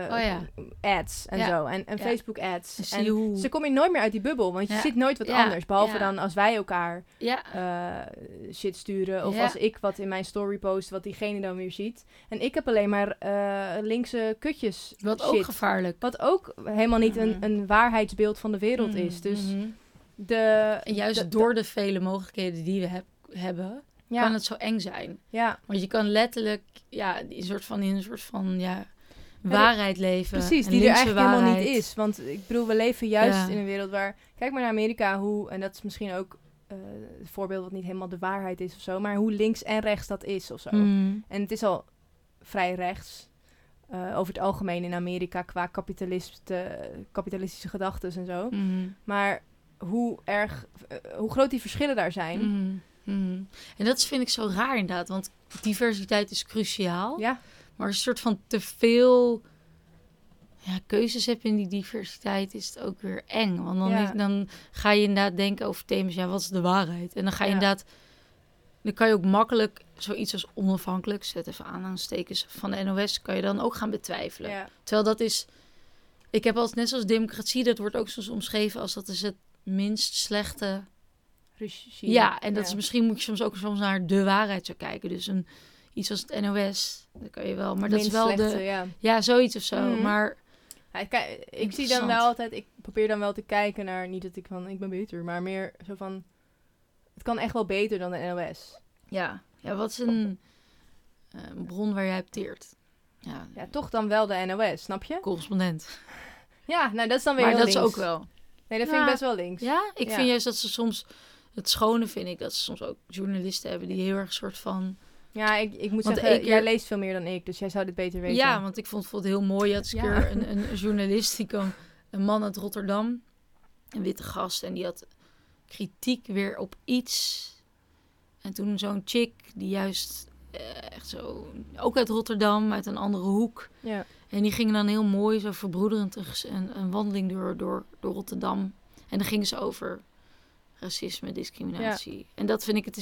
ads en zo. En Facebook ads. En ze kom je nooit meer uit die bubbel. Want je ziet nooit wat anders. Behalve dan als wij elkaar shit sturen. Of als ik wat in mijn story post. Wat diegene dan weer ziet. En ik heb alleen maar linkse kutjes
wat
shit.
Ook gevaarlijk.
Wat ook helemaal niet een waarheidsbeeld van de wereld is. Dus
en juist door de vele mogelijkheden die we hebben... kan het zo eng zijn. Ja. Want je kan letterlijk in een soort van waarheid leven.
Precies, die er eigenlijk helemaal niet is. Want ik bedoel, we leven juist in een wereld waar... Kijk maar naar Amerika, en dat is misschien ook het voorbeeld wat niet helemaal de waarheid is of zo, maar hoe links en rechts dat is of zo. En het is al vrij rechts. Over het algemeen in Amerika qua kapitalistische gedachten en zo. Maar hoe groot die verschillen daar zijn...
En dat vind ik zo raar inderdaad, want diversiteit is cruciaal.
Ja.
Maar een soort van te veel keuzes heb in die diversiteit is het ook weer eng. Want dan ga je inderdaad denken over thema's, wat is de waarheid? En dan ga je inderdaad, dan kan je ook makkelijk zoiets als onafhankelijk, zet even aanhalingstekens van de NOS, kan je dan ook gaan betwijfelen. Ja. Terwijl dat is, ik heb altijd net zoals democratie, dat wordt ook soms omschreven als dat is het minst slechte... Regime. Ja, en dat is misschien moet je soms naar de waarheid zo kijken. Dus iets als het NOS, dat kan je wel. Maar dat is wel slechte, zoiets of zo. Maar
ik zie dan wel altijd, ik probeer dan wel te kijken naar, niet dat ik ben beter, maar meer zo van, het kan echt wel beter dan de NOS.
Ja, wat is een bron waar jij op teert?
Ja, toch dan wel de NOS, snap je?
Correspondent.
Ja, nou dat is dan weer
maar
heel
dat
links.
Is ook wel.
Nee, dat vind ik best wel links.
Ja, ik vind juist dat ze soms... Het schone vind ik dat ze soms ook journalisten hebben die heel erg soort van...
Ja, ik moet zeggen, jij leest veel meer dan ik, dus jij zou dit beter weten.
Ja, want ik vond het heel mooi. Je had een keer een journalist, een man uit Rotterdam, een witte gast, en die had kritiek weer op iets. En toen zo'n chick, die juist echt zo, ook uit Rotterdam, uit een andere hoek. Ja. En die gingen dan heel mooi, zo verbroederend, een wandeling door Rotterdam. En dan gingen ze over... racisme, discriminatie. Ja. En dat vind ik,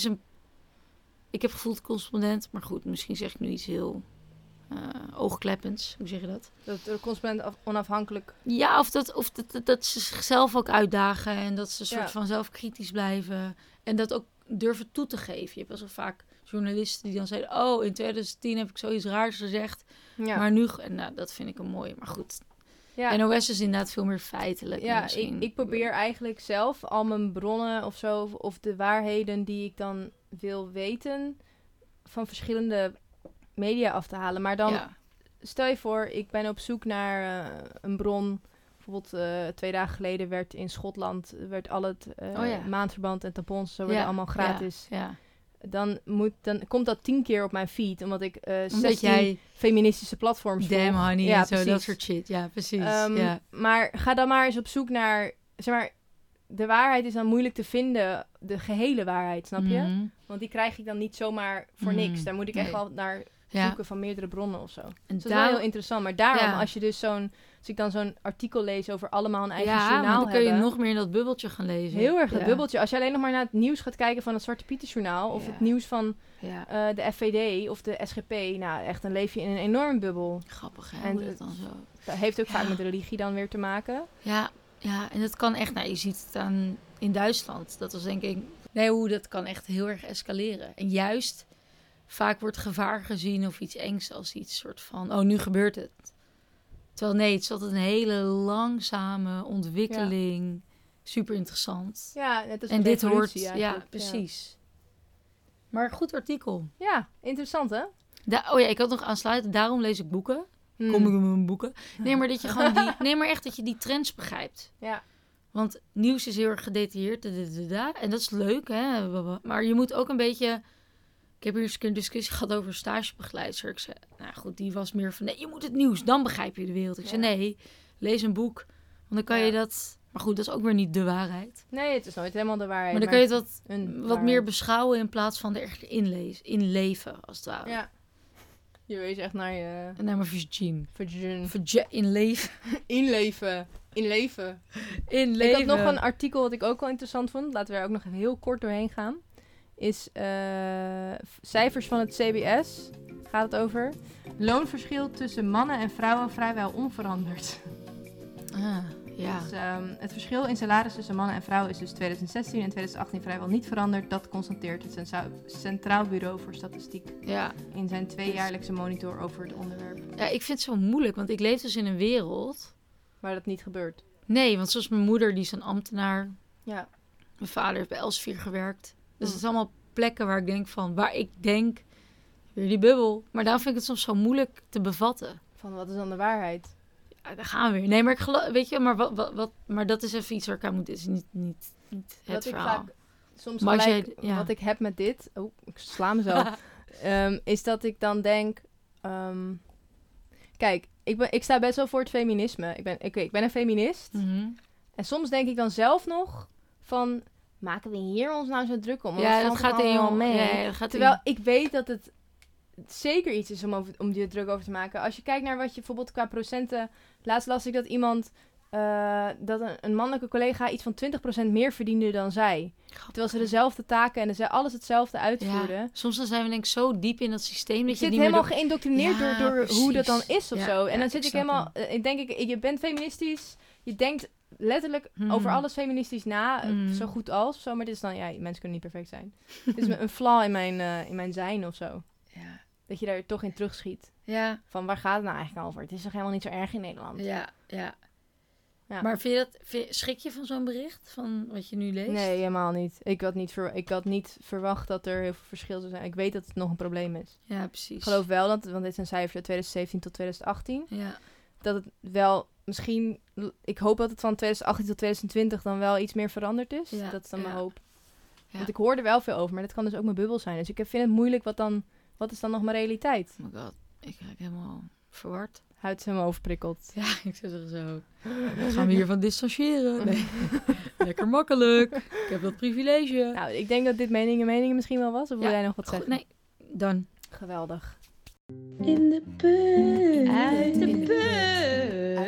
ik heb gevoeld correspondent, maar goed, misschien zeg ik nu iets heel oogkleppends. Hoe zeg je dat?
Dat de correspondent onafhankelijk...
Ja, of dat ze zichzelf ook uitdagen en dat ze soort van zelfkritisch blijven. En dat ook durven toe te geven. Je hebt best wel vaak journalisten die dan zeiden, in 2010 heb ik zoiets raars gezegd. Ja. Maar nu, en dat vind ik een mooi. Maar goed... Ja. NOS is inderdaad veel meer feitelijk.
Ja, ik probeer eigenlijk zelf al mijn bronnen of zo... of de waarheden die ik dan wil weten... van verschillende media af te halen. Maar dan stel je voor, ik ben op zoek naar een bron... Bijvoorbeeld 2 dagen geleden werd in Schotland... werd al het maandverband en tampons... zo werden allemaal gratis... Ja. Dan komt dat 10 keer op mijn feed. Omdat ik 16 feministische platforms volg.
Damn honey, ja, zo dat soort shit. Ja, precies.
Maar ga dan maar eens op zoek naar... Zeg maar, de waarheid is dan moeilijk te vinden. De gehele waarheid, snap je? Want die krijg ik dan niet zomaar voor niks. Daar moet ik echt wel naar zoeken van meerdere bronnen of zo. En dus dat is wel heel interessant. Maar daarom, als je dus als ik dan zo'n artikel lees over allemaal een eigen journaal hebben...
dan kun je nog meer in dat bubbeltje gaan lezen.
Heel erg dat bubbeltje. Als je alleen nog maar naar het nieuws gaat kijken van het Zwarte Pieter-journaal... of het nieuws van de FVD of de SGP... nou, echt, dan leef je in een enorme bubbel.
Grappig, hè? En dat dan zo...
Dat heeft ook vaak met religie dan weer te maken.
Ja, en dat kan echt... Nou, je ziet het aan in Duitsland. Dat was denk ik... Nee, dat kan echt heel erg escaleren. En juist... Vaak wordt gevaar gezien of iets engs als iets soort van... nu gebeurt het. Terwijl nee, het is altijd een hele langzame ontwikkeling. Ja. Super interessant.
Ja, net als
en dit hoort... Ja, precies. Ja. Maar goed artikel.
Ja, interessant hè?
Ik had nog aansluiten. Daarom lees ik boeken. Kom ik in mijn boeken. Nee, maar dat je gewoon maar echt dat je die trends begrijpt. Ja. Want nieuws is heel erg gedetailleerd. En dat is leuk, hè? Maar je moet ook een beetje... Ik heb hier eens een discussie gehad over een stagebegeleidster. Ik zei, nou goed, die was meer van... Nee, je moet het nieuws, dan begrijp je de wereld. Ik zei, nee, lees een boek. Want dan kan je dat... Maar goed, dat is ook weer niet de waarheid.
Nee, het is nooit helemaal de waarheid.
Maar dan kan je het wat meer beschouwen... in plaats van er echt inleven, als het ware. Ja.
Je wees echt naar je...
Naar mijn virgin.
Inleven. Ik had nog een artikel wat ik ook wel interessant vond. Laten we er ook nog even heel kort doorheen gaan. is cijfers van het CBS. Gaat het over. Loonverschil tussen mannen en vrouwen vrijwel onveranderd.
Ja.
Dus, het verschil in salaris tussen mannen en vrouwen is dus 2016 en 2018 vrijwel niet veranderd. Dat constateert het Centraal Bureau voor Statistiek in zijn 2-jaarlijkse monitor over het onderwerp.
Ja, ik vind het zo moeilijk, want ik leef dus in een wereld
waar dat niet gebeurt.
Nee, want zoals mijn moeder, die is een ambtenaar.
Ja.
Mijn vader heeft bij Elsevier gewerkt. Dus het zijn allemaal plekken waar ik denk, weer die bubbel. Maar daarom vind ik het soms zo moeilijk te bevatten.
Van wat is dan de waarheid?
Ja, daar gaan we weer. Nee, maar ik geloof, weet je, maar dat is even iets waar ik aan moet. Het is niet het verhaal.
Soms gelijk, wat ik heb met dit, ik sla mezelf, is dat ik dan denk, kijk, ik sta best wel voor het feminisme. Ik ben een feminist.
Mm-hmm.
En soms denk ik dan zelf nog van, maken we hier ons nou zo druk om?
Ja, dat gaat helemaal mee. Ja,
terwijl ik weet dat het zeker iets is om die druk over te maken. Als je kijkt naar wat je bijvoorbeeld qua procenten... Laatst las ik dat iemand... dat een mannelijke collega iets van 20% meer verdiende dan zij. Grappig. Terwijl ze dezelfde taken en alles hetzelfde uitvoerden.
Ja, soms dan zijn we denk ik zo diep in dat systeem... dat
je
zit
helemaal geïndoctrineerd door hoe dat dan is of zo. En dan zit ik helemaal... je bent feministisch. Je denkt letterlijk over alles feministisch na. Zo goed als. Zo, maar dit is dan... Ja, mensen kunnen niet perfect zijn. Dit is een flaw in mijn zijn of zo.
Ja.
Dat je daar toch in terugschiet.
Ja.
Van waar gaat het nou eigenlijk over? Het is toch helemaal niet zo erg in Nederland?
Ja. Maar schrik je van zo'n bericht? Van wat je nu leest?
Nee, helemaal niet. Ik had niet verwacht dat er heel veel verschil zou zijn. Ik weet dat het nog een probleem is.
Ja, precies.
Ik geloof wel want dit zijn cijfers uit 2017 tot 2018.
Ja.
Dat het wel misschien... Ik hoop dat het van 2018 tot 2020 dan wel iets meer veranderd is. Ja. Dat is dan mijn hoop. Ja. Want ik hoor er wel veel over, maar dat kan dus ook mijn bubbel zijn. Dus ik vind het moeilijk wat is dan nog mijn realiteit?
Oh my god, ik raak helemaal verward.
Huid is helemaal overprikkeld.
Ja, ik zou zeggen zo. Gaan we hiervan distancieren? Nee. Lekker makkelijk. Ik heb dat privilege.
Nou, ik denk dat dit meningen misschien wel was. Of wil jij nog wat zeggen?
Nee, dan.
Geweldig.
In de put. Uit de put.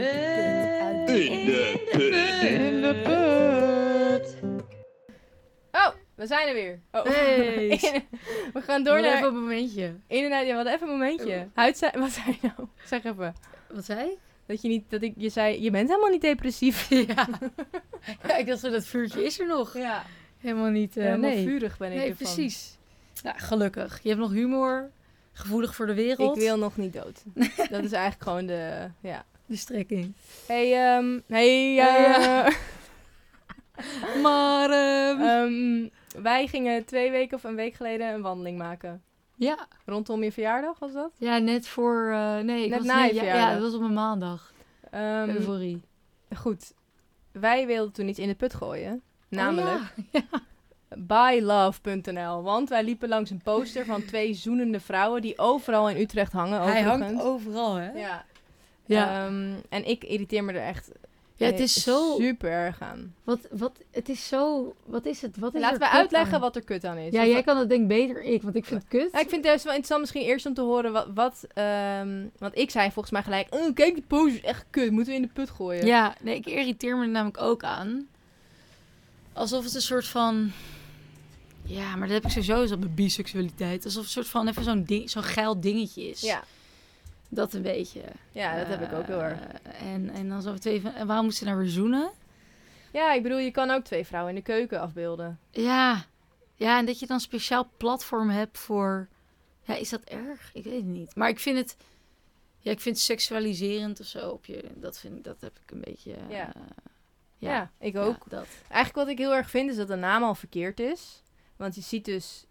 In de put.
Oh, we zijn er weer. Oh.
Hey.
We gaan door naar...
Even een momentje.
Inderdaad, ja, wat even een momentje. Wat zei je nou? Zeg even.
Wat zei je?
Je zei, je bent helemaal niet depressief.
Ja. Ja, ik dacht zo, dat vuurtje is er nog.
Ja.
Helemaal niet...
helemaal vurig ben ik ervan.
Nee, precies. Nou, gelukkig. Je hebt nog humor. Gevoelig voor de wereld.
Ik wil nog niet dood. Dat is eigenlijk gewoon de
strekking.
Maar wij gingen 2 weken of een week geleden een wandeling maken.
Ja.
Rondom je verjaardag was dat?
Ja, net voor...
net na je verjaardag.
Ja, dat was op een maandag. Euforie.
Goed. Wij wilden toen iets in de put gooien. Namelijk buylove.nl. Want wij liepen langs een poster van 2 zoenende vrouwen die overal in Utrecht hangen.
Hij hangt overal, hè?
Ja. En ik irriteer me er echt...
Ja, het is zo...
super erg aan.
Het is zo... Wat is het?
Laten we uitleggen wat er kut aan is.
Ja, jij kan het denk ik beter want ik vind het kut.
Ja, ik vind het wel interessant misschien eerst om te horen want ik zei volgens mij gelijk, kijk die poster is echt kut, moeten we in de put gooien.
Ja, nee, ik irriteer me er namelijk ook aan. Alsof het een soort van... Ja, maar dat heb ik sowieso eens op mijn biseksualiteit. Alsof het een soort van even zo'n geil dingetje is.
Ja.
Dat een beetje.
Ja, dat heb ik ook heel erg.
En dan zo 2 van... En waarom moesten ze nou weer zoenen?
Ja, ik bedoel, je kan ook 2 vrouwen in de keuken afbeelden.
Ja. Ja, en dat je dan een speciaal platform hebt voor... Ja, is dat erg? Ik weet het niet. Maar ik vind het... Ja, ik vind het seksualiserend of zo. Dat heb ik een beetje...
Ja, ik ook.
Ja, dat.
Eigenlijk wat ik heel erg vind is dat de naam al verkeerd is. Want je ziet dus...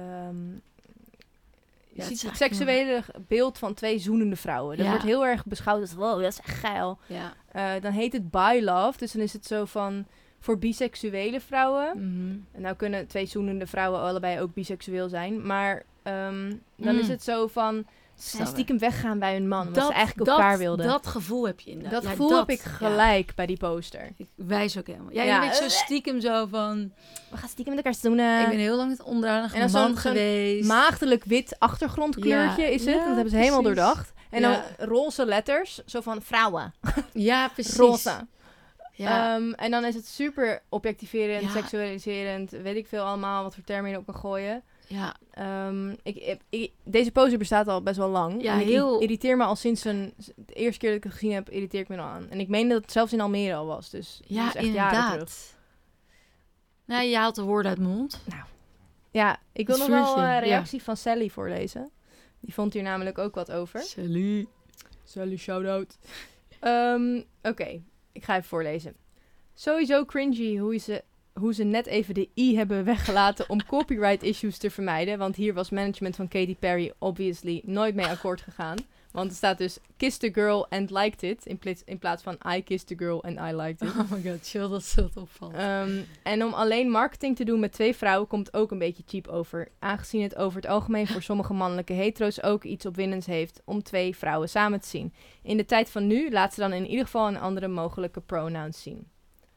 Je ziet het seksuele beeld van 2 zoenende vrouwen. Dat wordt heel erg beschouwd als, wow, dat is echt geil.
Ja.
Dan heet het bi-love. Dus dan is het zo van, voor biseksuele vrouwen.
Mm-hmm.
En nou kunnen 2 zoenende vrouwen allebei ook biseksueel zijn. Maar dan is het zo van, ze stiekem weggaan bij hun man. Omdat ze eigenlijk elkaar wilden.
Dat gevoel heb je inderdaad.
Dat gevoel heb ik gelijk bij die poster.
Ik wijs ook helemaal. Ja, je bent zo stiekem zo van...
We gaan stiekem met elkaar zoenen.
Ik ben heel lang het onderdanige man geweest.
Zo'n maagdelijk wit achtergrondkleurtje is het. Dat hebben ze helemaal doordacht. En dan roze letters. Zo van vrouwen.
Ja, precies.
Roze.
Ja.
En dan is het super objectiverend, seksualiserend, weet ik veel allemaal, wat voor termen je op kan gooien.
Ja.
Deze pose bestaat al best wel lang.
Ja,
en ik irriteer me al sinds de eerste keer dat ik het gezien heb, irriteer ik me al aan. En ik meen dat het zelfs in Almere al was. Dus
ja,
dat is echt
inderdaad.
jaren terug.
Nou, je haalt de woorden uit mijn mond.
Nou, ja, ik wil nog wel een reactie van Sally voorlezen. Die vond hier namelijk ook wat over. Sally, shout-out. Oké, ik ga even voorlezen. Sowieso cringy hoe ze net even de i hebben weggelaten om copyright issues te vermijden. Want hier was management van Katy Perry obviously nooit mee akkoord gegaan. Want er staat dus kissed the girl and liked it. In plaats van I kissed the girl and I liked it.
Oh my god, chill dat zo opvalt.
En om alleen marketing te doen met 2 vrouwen komt ook een beetje cheap over. Aangezien het over het algemeen voor sommige mannelijke hetero's ook iets opwindends heeft om 2 vrouwen samen te zien. In de tijd van nu laat ze dan in ieder geval een andere mogelijke pronouns zien.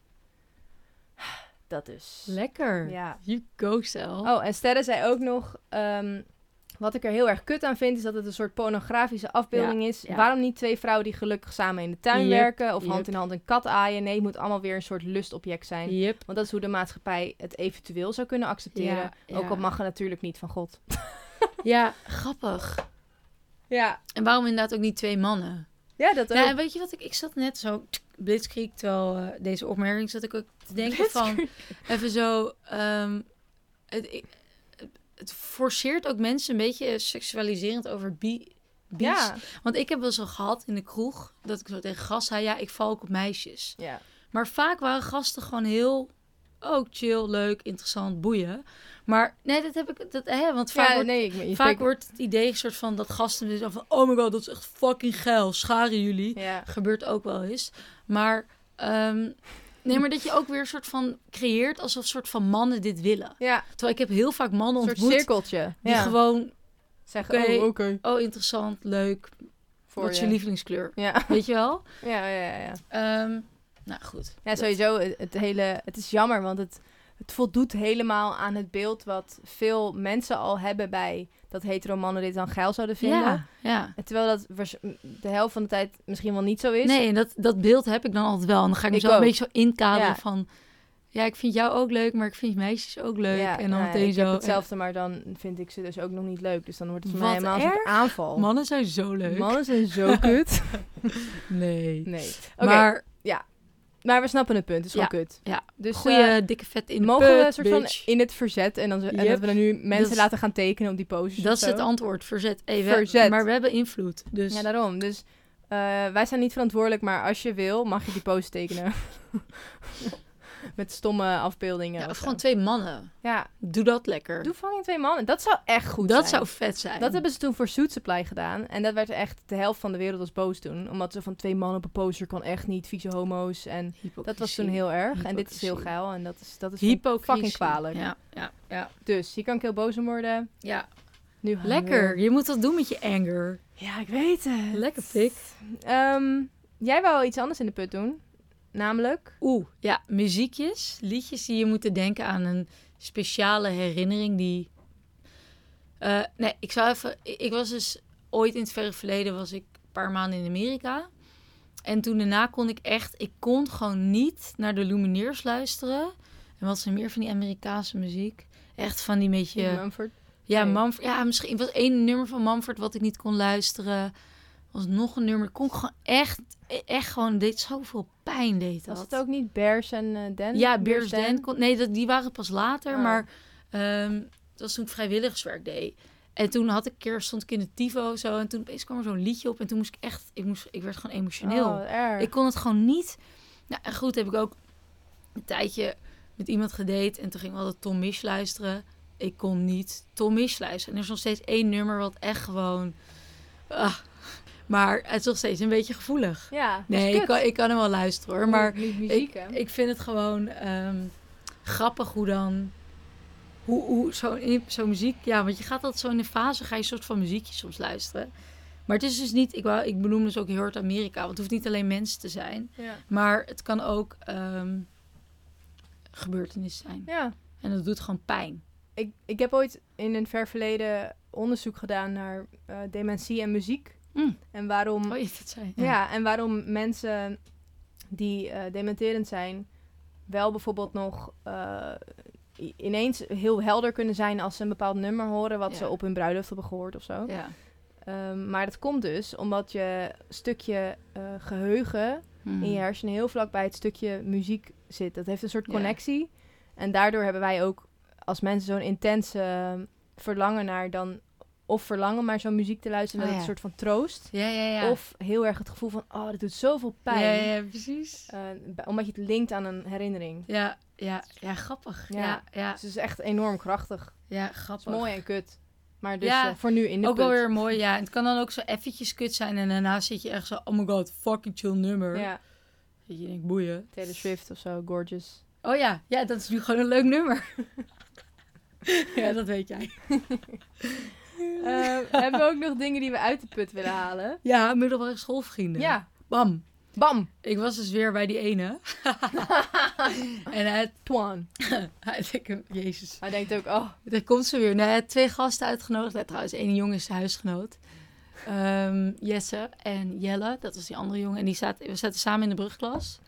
Dat dus.
Lekker.
Ja.
You go, Sel.
Oh, en Sterre zei ook nog... wat ik er heel erg kut aan vind, is dat het een soort pornografische afbeelding is. Ja. Waarom niet 2 vrouwen die gelukkig samen in de tuin werken... of hand in hand een kat aaien? Nee, het moet allemaal weer een soort lustobject zijn. Want dat is hoe de maatschappij het eventueel zou kunnen accepteren. Ook al mag het natuurlijk niet van God.
Ja, grappig.
Ja.
En waarom inderdaad ook niet 2 mannen?
Ja, dat ook.
Ja, en weet je wat ik zat net zo blitzkrieg, terwijl deze opmerking zat ik ook te denken van... Even zo... Het forceert ook mensen een beetje seksualiserend over bi's. Ja. Want ik heb wel zo gehad in de kroeg, dat ik zo tegen gasten zei, ja, ik val ook op meisjes.
Ja.
Maar vaak waren gasten gewoon heel, ook chill, leuk, interessant, boeien. Maar nee, dat heb ik, want vaak, wordt het idee soort van dat gasten dus van, oh my god, dat is echt fucking geil, scharen jullie. Ja. Gebeurt ook wel eens. Maar... nee, maar dat je ook weer een soort van creëert alsof soort van mannen dit willen. Ja. Terwijl ik heb heel vaak mannen ontmoet. Een soort
cirkeltje.
Die gewoon
zeggen, oké.
Oh, interessant, leuk. Wat is je lievelingskleur? Ja. Weet je wel?
Ja.
Nou, goed.
Ja, sowieso. Het is jammer, want het voldoet helemaal aan het beeld wat veel mensen al hebben bij dat hetero mannen dit dan geil zouden vinden.
Ja.
En terwijl dat de helft van de tijd misschien wel niet zo is.
Nee, en dat beeld heb ik dan altijd wel. En dan ga ik mezelf een beetje zo inkaderen van... Ja, ik vind jou ook leuk, maar ik vind meisjes ook leuk. Ja, en dan meteen zo...
heb hetzelfde, maar dan vind ik ze dus ook nog niet leuk. Dus dan wordt het voor mij helemaal een aanval.
Mannen zijn zo leuk.
Mannen zijn zo kut.
Nee.
Okay. Maar... Ja. Maar we snappen het punt. Het is gewoon kut.
Ja. Dus goeie dikke vet in de
mogen
put,
we een soort van in het verzet en dat we dan nu mensen laten gaan tekenen op die posters.
Dat is het antwoord. Verzet. Verzet. Maar we hebben invloed. Dus.
Ja, daarom. Dus wij zijn niet verantwoordelijk, maar als je wil, mag je die poster tekenen. Met stomme afbeeldingen.
Ja, of gewoon 2 mannen.
Ja.
Doe dat lekker.
Doe fucking 2 mannen. Dat zou echt goed zijn.
Dat zou vet zijn.
Dat hebben ze toen voor Suit Supply gedaan. En dat werd echt de helft van de wereld was boos toen. Omdat ze van 2 mannen op een poster kan echt niet. Vieze homo's. En dat was toen heel erg. En dit is heel geil. En dat is fucking kwalijk.
Ja.
Dus hier kan ik heel boos om worden.
Ja.
Nu
lekker. Je moet dat doen met je anger.
Ja, ik weet het.
Lekker pik.
Jij wou iets anders in de put doen. Namelijk?
Ja, muziekjes, liedjes die je moeten denken aan een speciale herinnering die... Ik was dus ooit in het verre verleden, was ik een paar maanden in Amerika. En toen daarna kon gewoon niet naar de Lumineers luisteren. En wat zijn meer van die Amerikaanse muziek? Echt van die beetje...
Mumford?
Ja, nee. Mumford. Ja, misschien was 1 nummer van Mumford wat ik niet kon luisteren. Was nog een nummer. Kon ik gewoon echt gewoon... Deed zoveel pijn, deed dat.
Was het ook niet Bears en Dan?
Ja, Bears Dan. Nee, die waren pas later. Maar het was toen ik vrijwilligerswerk deed. En toen stond ik in de TiVo zo. En toen opeens kwam er zo'n liedje op. En toen moest ik echt... Ik werd gewoon emotioneel.
Oh, erg.
Ik kon het gewoon niet... Nou, en goed, heb ik ook een tijdje met iemand gedate. En toen ging ik altijd Tom Misch luisteren. Ik kon niet Tom Misch luisteren. En er is nog steeds 1 nummer wat echt gewoon... Maar het is nog steeds een beetje gevoelig.
Ja,
nee, ik kan hem wel luisteren hoor. Maar
muziek,
ik vind het gewoon grappig hoe dan... Hoe zo'n muziek... Ja, want je gaat altijd zo in de fase... Ga je een soort van muziekje soms luisteren. Maar het is dus niet... Ik benoem dus ook heel hard Amerika. Want het hoeft niet alleen mensen te zijn. Ja. Maar het kan ook gebeurtenis zijn. Ja. En dat doet gewoon pijn.
Ik heb ooit in een ver verleden onderzoek gedaan naar dementie en muziek. En waarom...
Oh, je dat zei.
Ja, en waarom mensen die dementerend zijn, wel bijvoorbeeld nog ineens heel helder kunnen zijn als ze een bepaald nummer horen wat ze op hun bruiloft hebben gehoord of zo.
Ja.
Maar dat komt dus omdat je stukje geheugen in je hersenen heel vlak bij het stukje muziek zit. Dat heeft een soort connectie. En daardoor hebben wij ook als mensen zo'n intense verlangen naar dan... Of verlangen maar zo'n muziek te luisteren dat het een soort van troost.
Ja.
Of heel erg het gevoel van, dit doet zoveel pijn.
Ja, precies.
Omdat je het linkt aan een herinnering.
Ja, grappig. Ja.
Dus het is echt enorm krachtig.
Ja, grappig.
Het is mooi en kut. Maar dus voor nu in de
ook
put.
wel weer mooi, ja. En het kan dan ook zo eventjes kut zijn en daarna zit je echt zo, oh my god, fucking chill nummer.
Ja.
Dat je denkt, boeien.
Taylor Swift of zo, Gorgeous.
Oh ja, dat is nu gewoon een leuk nummer. Ja, dat weet jij.
Hebben we ook nog dingen die we uit de put willen halen?
Ja, middelbare schoolvrienden.
Ja.
Bam.
Ik
was dus weer bij die ene. En hij...
Twan.
Jezus.
Hij denkt ook,
daar komt ze weer. Nee, hij had 2 gasten uitgenodigd. Ja, trouwens, 1 jongen is huisgenoot. Jesse en Jelle, dat was die andere jongen. En we zaten samen in de brugklas.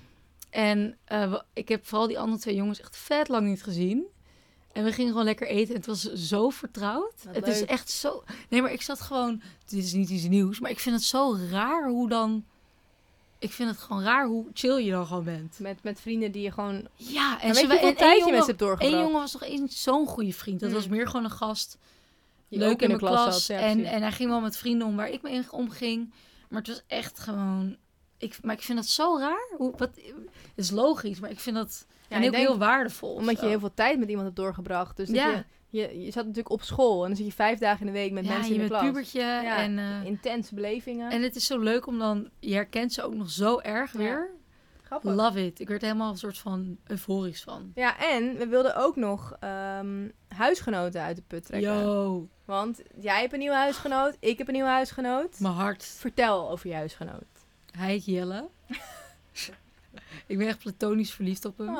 En ik heb vooral die andere 2 jongens echt vet lang niet gezien. En we gingen gewoon lekker eten. En het was zo vertrouwd. Het is echt zo... Nee, maar ik zat gewoon... Dit is niet iets nieuws. Maar ik vind het zo raar hoe dan... Ik vind het gewoon raar hoe chill je dan gewoon bent.
Met vrienden die je gewoon...
Ja,
en weet je hoeveel tijd je met ze hebt doorgebracht?
1 jongen was toch zo'n goede vriend. Dat was meer gewoon een gast.
Die
leuk in mijn klas.
Zat,
en hij ging wel met vrienden om waar ik mee omging. Maar het was echt gewoon... Maar ik vind dat zo raar. Het is logisch, maar ik vind dat... en ook heel waardevol.
Omdat je heel veel tijd met iemand hebt doorgebracht. Dus je zat natuurlijk op school. En dan zit je 5 dagen in de week met mensen in de klas.
Pubertje. En
intense belevingen.
En het is zo leuk om dan... Je herkent ze ook nog zo erg weer.
Grappig.
Love it. Ik werd helemaal een soort van euforisch van.
Ja, en we wilden ook nog huisgenoten uit de put trekken.
Yo.
Want jij hebt een nieuwe huisgenoot. Ik heb een nieuwe huisgenoot.
Mijn hart.
Vertel over je huisgenoot.
Hij heet Jelle. Ik ben echt platonisch verliefd op hem.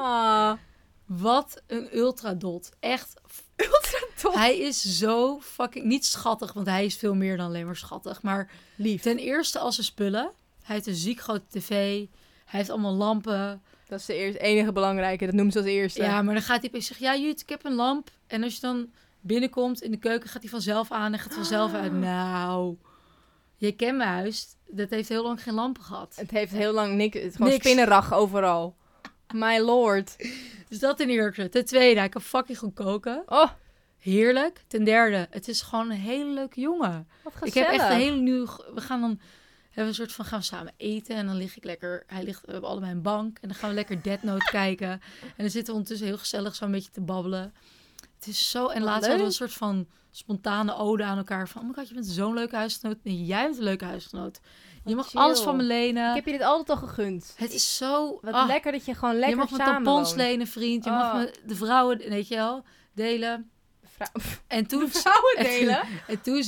Wat een ultradot. Echt.
Ultradot?
Hij is zo fucking... Niet schattig, want hij is veel meer dan alleen maar schattig. Maar
lief.
Ten eerste als zijn spullen. Hij heeft een ziek grote tv. Hij heeft allemaal lampen.
Dat is de enige belangrijke. Dat noemt ze als eerste.
Ja, maar dan gaat hij opeens zeggen... Ja, Jut, ik heb een lamp. En als je dan binnenkomt in de keuken... gaat hij vanzelf aan en gaat vanzelf uit. Nou... Je kent mijn huis. Dat heeft heel lang geen lampen gehad.
Het heeft heel lang niks. Gewoon spinnenrag overal. My lord.
Dus dat ten eerste. Ten tweede, hij kan fucking goed koken.
Oh.
Heerlijk. Ten derde, het is gewoon een hele leuke jongen.
Wat gezellig.
Ik heb echt een hele nieuwe... We gaan dan... Hebben we een soort van... Gaan we samen eten. En dan lig ik lekker... We hebben allebei een bank. En dan gaan we lekker Death Note kijken. En dan zitten we ondertussen heel gezellig zo een beetje te babbelen. Het is zo... En laatst hadden we een soort van spontane ode aan elkaar. Van, oh my god, je bent zo'n leuke huisgenoot. Nee, jij bent een leuke huisgenoot. Je mag alles van me lenen.
Ik heb je dit altijd al gegund.
Het is zo...
Wat lekker dat je gewoon lekker samen
Je mag me tampons lenen, vriend. Je mag me de vrouwen, weet je wel, delen. En toen,
de vrouwen delen?
En toen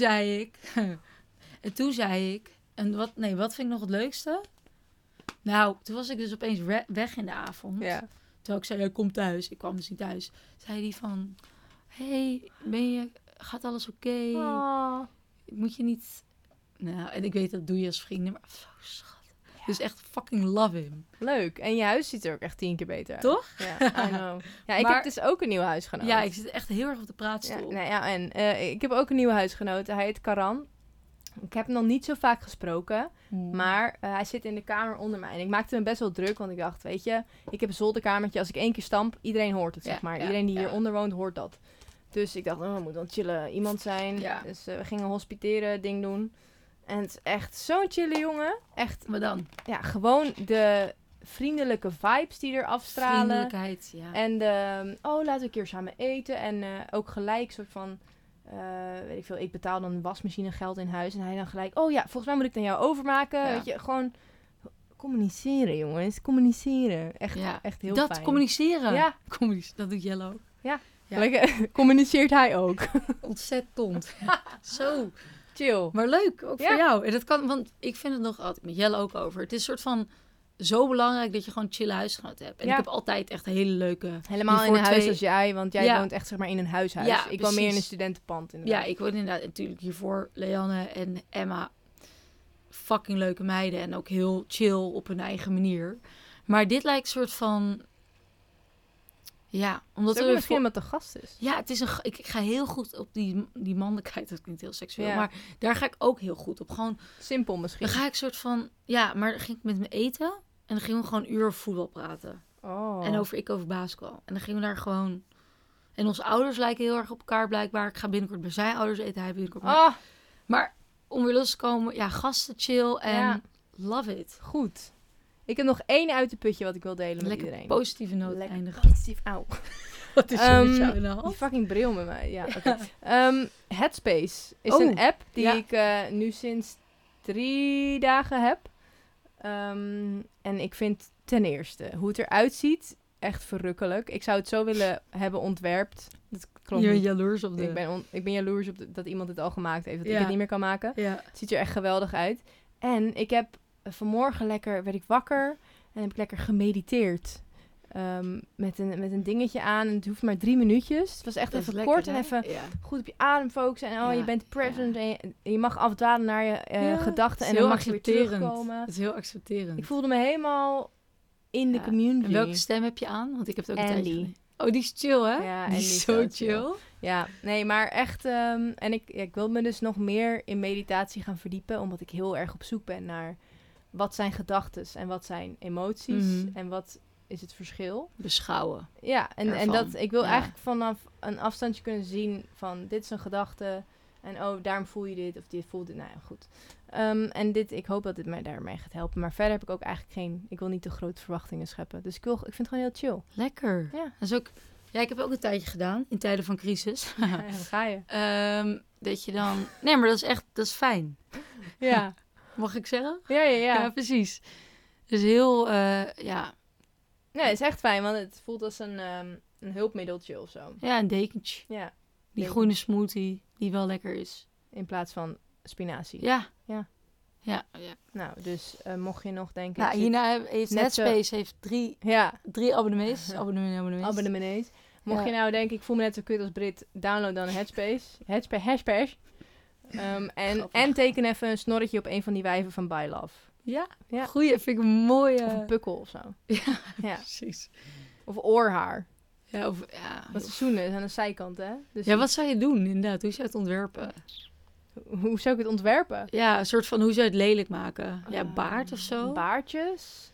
zei ik... En wat vind ik nog het leukste? Nou, toen was ik dus opeens weg in de avond.
Ja.
Terwijl ik zei, kom thuis. Ik kwam dus niet thuis. Zei hij van... Hey, gaat alles oké? Moet je niet... Nou, en ik weet dat doe je als vrienden, maar zo schat. Ja. Dus echt fucking love him.
Leuk. En je huis ziet er ook echt 10 keer beter uit.
Toch?
Ja, I know. Ja, ik heb dus ook een nieuwe huisgenoot.
Ja, ik zit echt heel erg op de praatstoel.
En ik heb ook een nieuwe huisgenoot. Hij heet Karan. Ik heb hem nog niet zo vaak gesproken. Maar hij zit in de kamer onder mij. En ik maakte me best wel druk, want ik dacht, weet je... Ik heb een zolderkamertje. Als ik 1 keer stamp, iedereen hoort het, zeg maar. Ja, iedereen die hieronder woont, hoort dat. Dus ik dacht, er moet dan chillen iemand zijn. Ja. Dus we gingen hospiteren, ding doen. En het is echt zo'n chille jongen. Echt.
Maar dan?
Ja, gewoon de vriendelijke vibes die er afstralen.
Vriendelijkheid, ja.
En de, laten we een keer samen eten. En ook gelijk soort van, weet ik veel, ik betaal dan wasmachine geld in huis. En hij dan gelijk, volgens mij moet ik het aan jou overmaken. Ja. Weet je, gewoon communiceren, jongens. Communiceren. Echt heel fijn.
Dat communiceren?
Ja.
Dat doet Jelle ook.
Ja. Communiceert hij ook.
Ontzettend. Zo.
Chill.
Maar leuk, ook voor jou. En dat kan, want ik vind het nog altijd met Jelle ook over. Het is een soort van zo belangrijk dat je gewoon chille huisgenoten hebt. En ik heb altijd echt hele leuke...
Helemaal in een huis als jij, want jij woont echt zeg maar in een huishuis.
Ja,
ik woon meer in een studentenpand inderdaad.
Ja, ik woon inderdaad natuurlijk hiervoor Leanne en Emma. fucking leuke meiden. En ook heel chill op hun eigen manier. Maar dit lijkt een soort van... Ja, omdat
er misschien iemand de gast is.
Ja, het is ik ga heel goed op die mannelijkheid. Dat klinkt heel seksueel. Maar daar ga ik ook heel goed op. Gewoon...
Simpel misschien.
Dan ga ik soort van... Ja, maar dan ging ik met me eten. En dan gingen we gewoon een uur over voetbal praten.
Oh.
En over basketbal. En dan gingen we daar gewoon... En onze ouders lijken heel erg op elkaar blijkbaar. Ik ga binnenkort bij zijn ouders eten. Hij binnenkort bij... Maar om weer los te komen... Ja, gasten chill en love it.
Goed. Ik heb nog 1 uit de putje wat ik wil delen met iedereen.
Positieve noot eindigen.
Positief, auw.
Wat is er met jou in de hand?
Die fucking bril met mij. Ja, okay. Headspace is een app die ik nu sinds 3 dagen heb. En ik vind ten eerste hoe het eruit ziet echt verrukkelijk. Ik zou het zo willen hebben ontwerpt. Dat klopt.
Je bent jaloers op de...
Ik ben jaloers op dat iemand het al gemaakt heeft. Dat ik het niet meer kan maken. Ja. Het ziet er echt geweldig uit. En ik heb vanmorgen werd ik wakker en heb ik lekker gemediteerd. Met een dingetje aan. En het hoeft maar 3 minuutjes. Het was echt even lekker, kort en even goed op je adem focussen. En je bent present en je mag afdwalen naar je gedachten. En dan mag je weer terugkomen.
Het is heel accepterend.
Ik voelde me helemaal in de community.
En welke stem heb je aan? Want ik heb het ook een tijdje. Oh, die is chill, hè?
Ja,
die is zo chill.
Ja, nee, maar echt... en ik wil me dus nog meer in meditatie gaan verdiepen. Omdat ik heel erg op zoek ben naar... Wat zijn gedachten en wat zijn emoties? En wat is het verschil?
Beschouwen.
Ja, en dat ik wil eigenlijk vanaf een afstandje kunnen zien van dit is een gedachte en daarom voel je dit of dit voelt dit. Nou ja, goed. En ik hoop dat dit mij daarmee gaat helpen. Maar verder heb ik ook eigenlijk ik wil niet te grote verwachtingen scheppen. Dus ik vind het gewoon heel chill.
Lekker. Ja. Dat is ook... Ja, ik heb ook een tijdje gedaan in tijden van crisis.
Ja, dan ga je.
Dat je dan... Nee, maar dat is fijn.
Ja.
Mag ik zeggen?
Ja.
Ja, precies. Dus heel,
Nee, het is echt fijn, want het voelt als een hulpmiddeltje of zo.
Ja, een dekentje.
Ja.
Die groene smoothie, die wel lekker is.
In plaats van spinazie.
Ja.
Nou, dus mocht je nog denken...
Nou, hierna heeft Headspace heeft 3 abonnees. Abonnees.
Mocht je nou denken, ik voel me net zo kut als Brit, download dan Headspace. Headspace. En teken even een snorretje op een van die wijven van By Love.
Ja. Goeie, vind ik een mooie...
Of een pukkel of zo.
Ja, precies.
Of oorhaar.
Ja,
wat seizoenen is aan de zijkant, hè? Dus
wat zou je doen, inderdaad? Hoe zou je het ontwerpen?
Hoe zou ik het ontwerpen?
Ja, een soort van, hoe zou je het lelijk maken? Baard of zo?
Baardjes.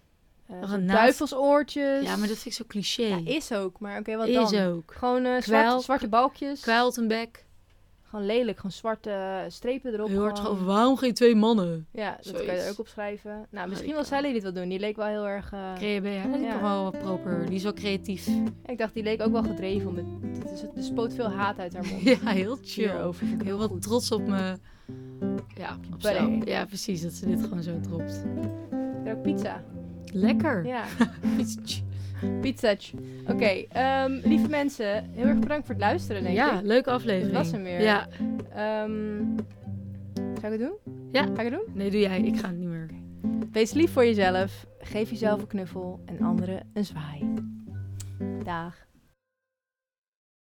Duivelsoortjes.
Ja, maar dat vind ik zo cliché.
Ja, is ook. Maar oké, wat dan?
Is ook.
Gewoon zwarte balkjes.
Kwijlt een bek.
Gewoon lelijk, gewoon zwarte strepen erop.
Heel hard gewoon, waarom geen 2 mannen?
Ja, dat kan je er ook op schrijven. Nou, misschien wil Sally dit wel doen. Die leek wel heel erg...
Die kan wel wat proper. Die is wel creatief.
Ik dacht, die leek ook wel gedreven. Er spoot veel haat uit haar mond.
Ja, heel chill.
Hierover.
Heel wat trots op me. Ja, op zo. Ja, precies. Dat ze dit gewoon zo dropt.
Er ook pizza.
Lekker.
Ja. Pizzatje. Oké, lieve mensen, heel erg bedankt voor het luisteren, denk ik.
Ja, leuke aflevering.
Dat was hem weer.
Ja.
Zou ik het doen?
Ja.
Ga ik het doen?
Nee, doe jij. Ik ga het niet meer.
Wees lief voor jezelf. Geef jezelf een knuffel en anderen een zwaai. Dag.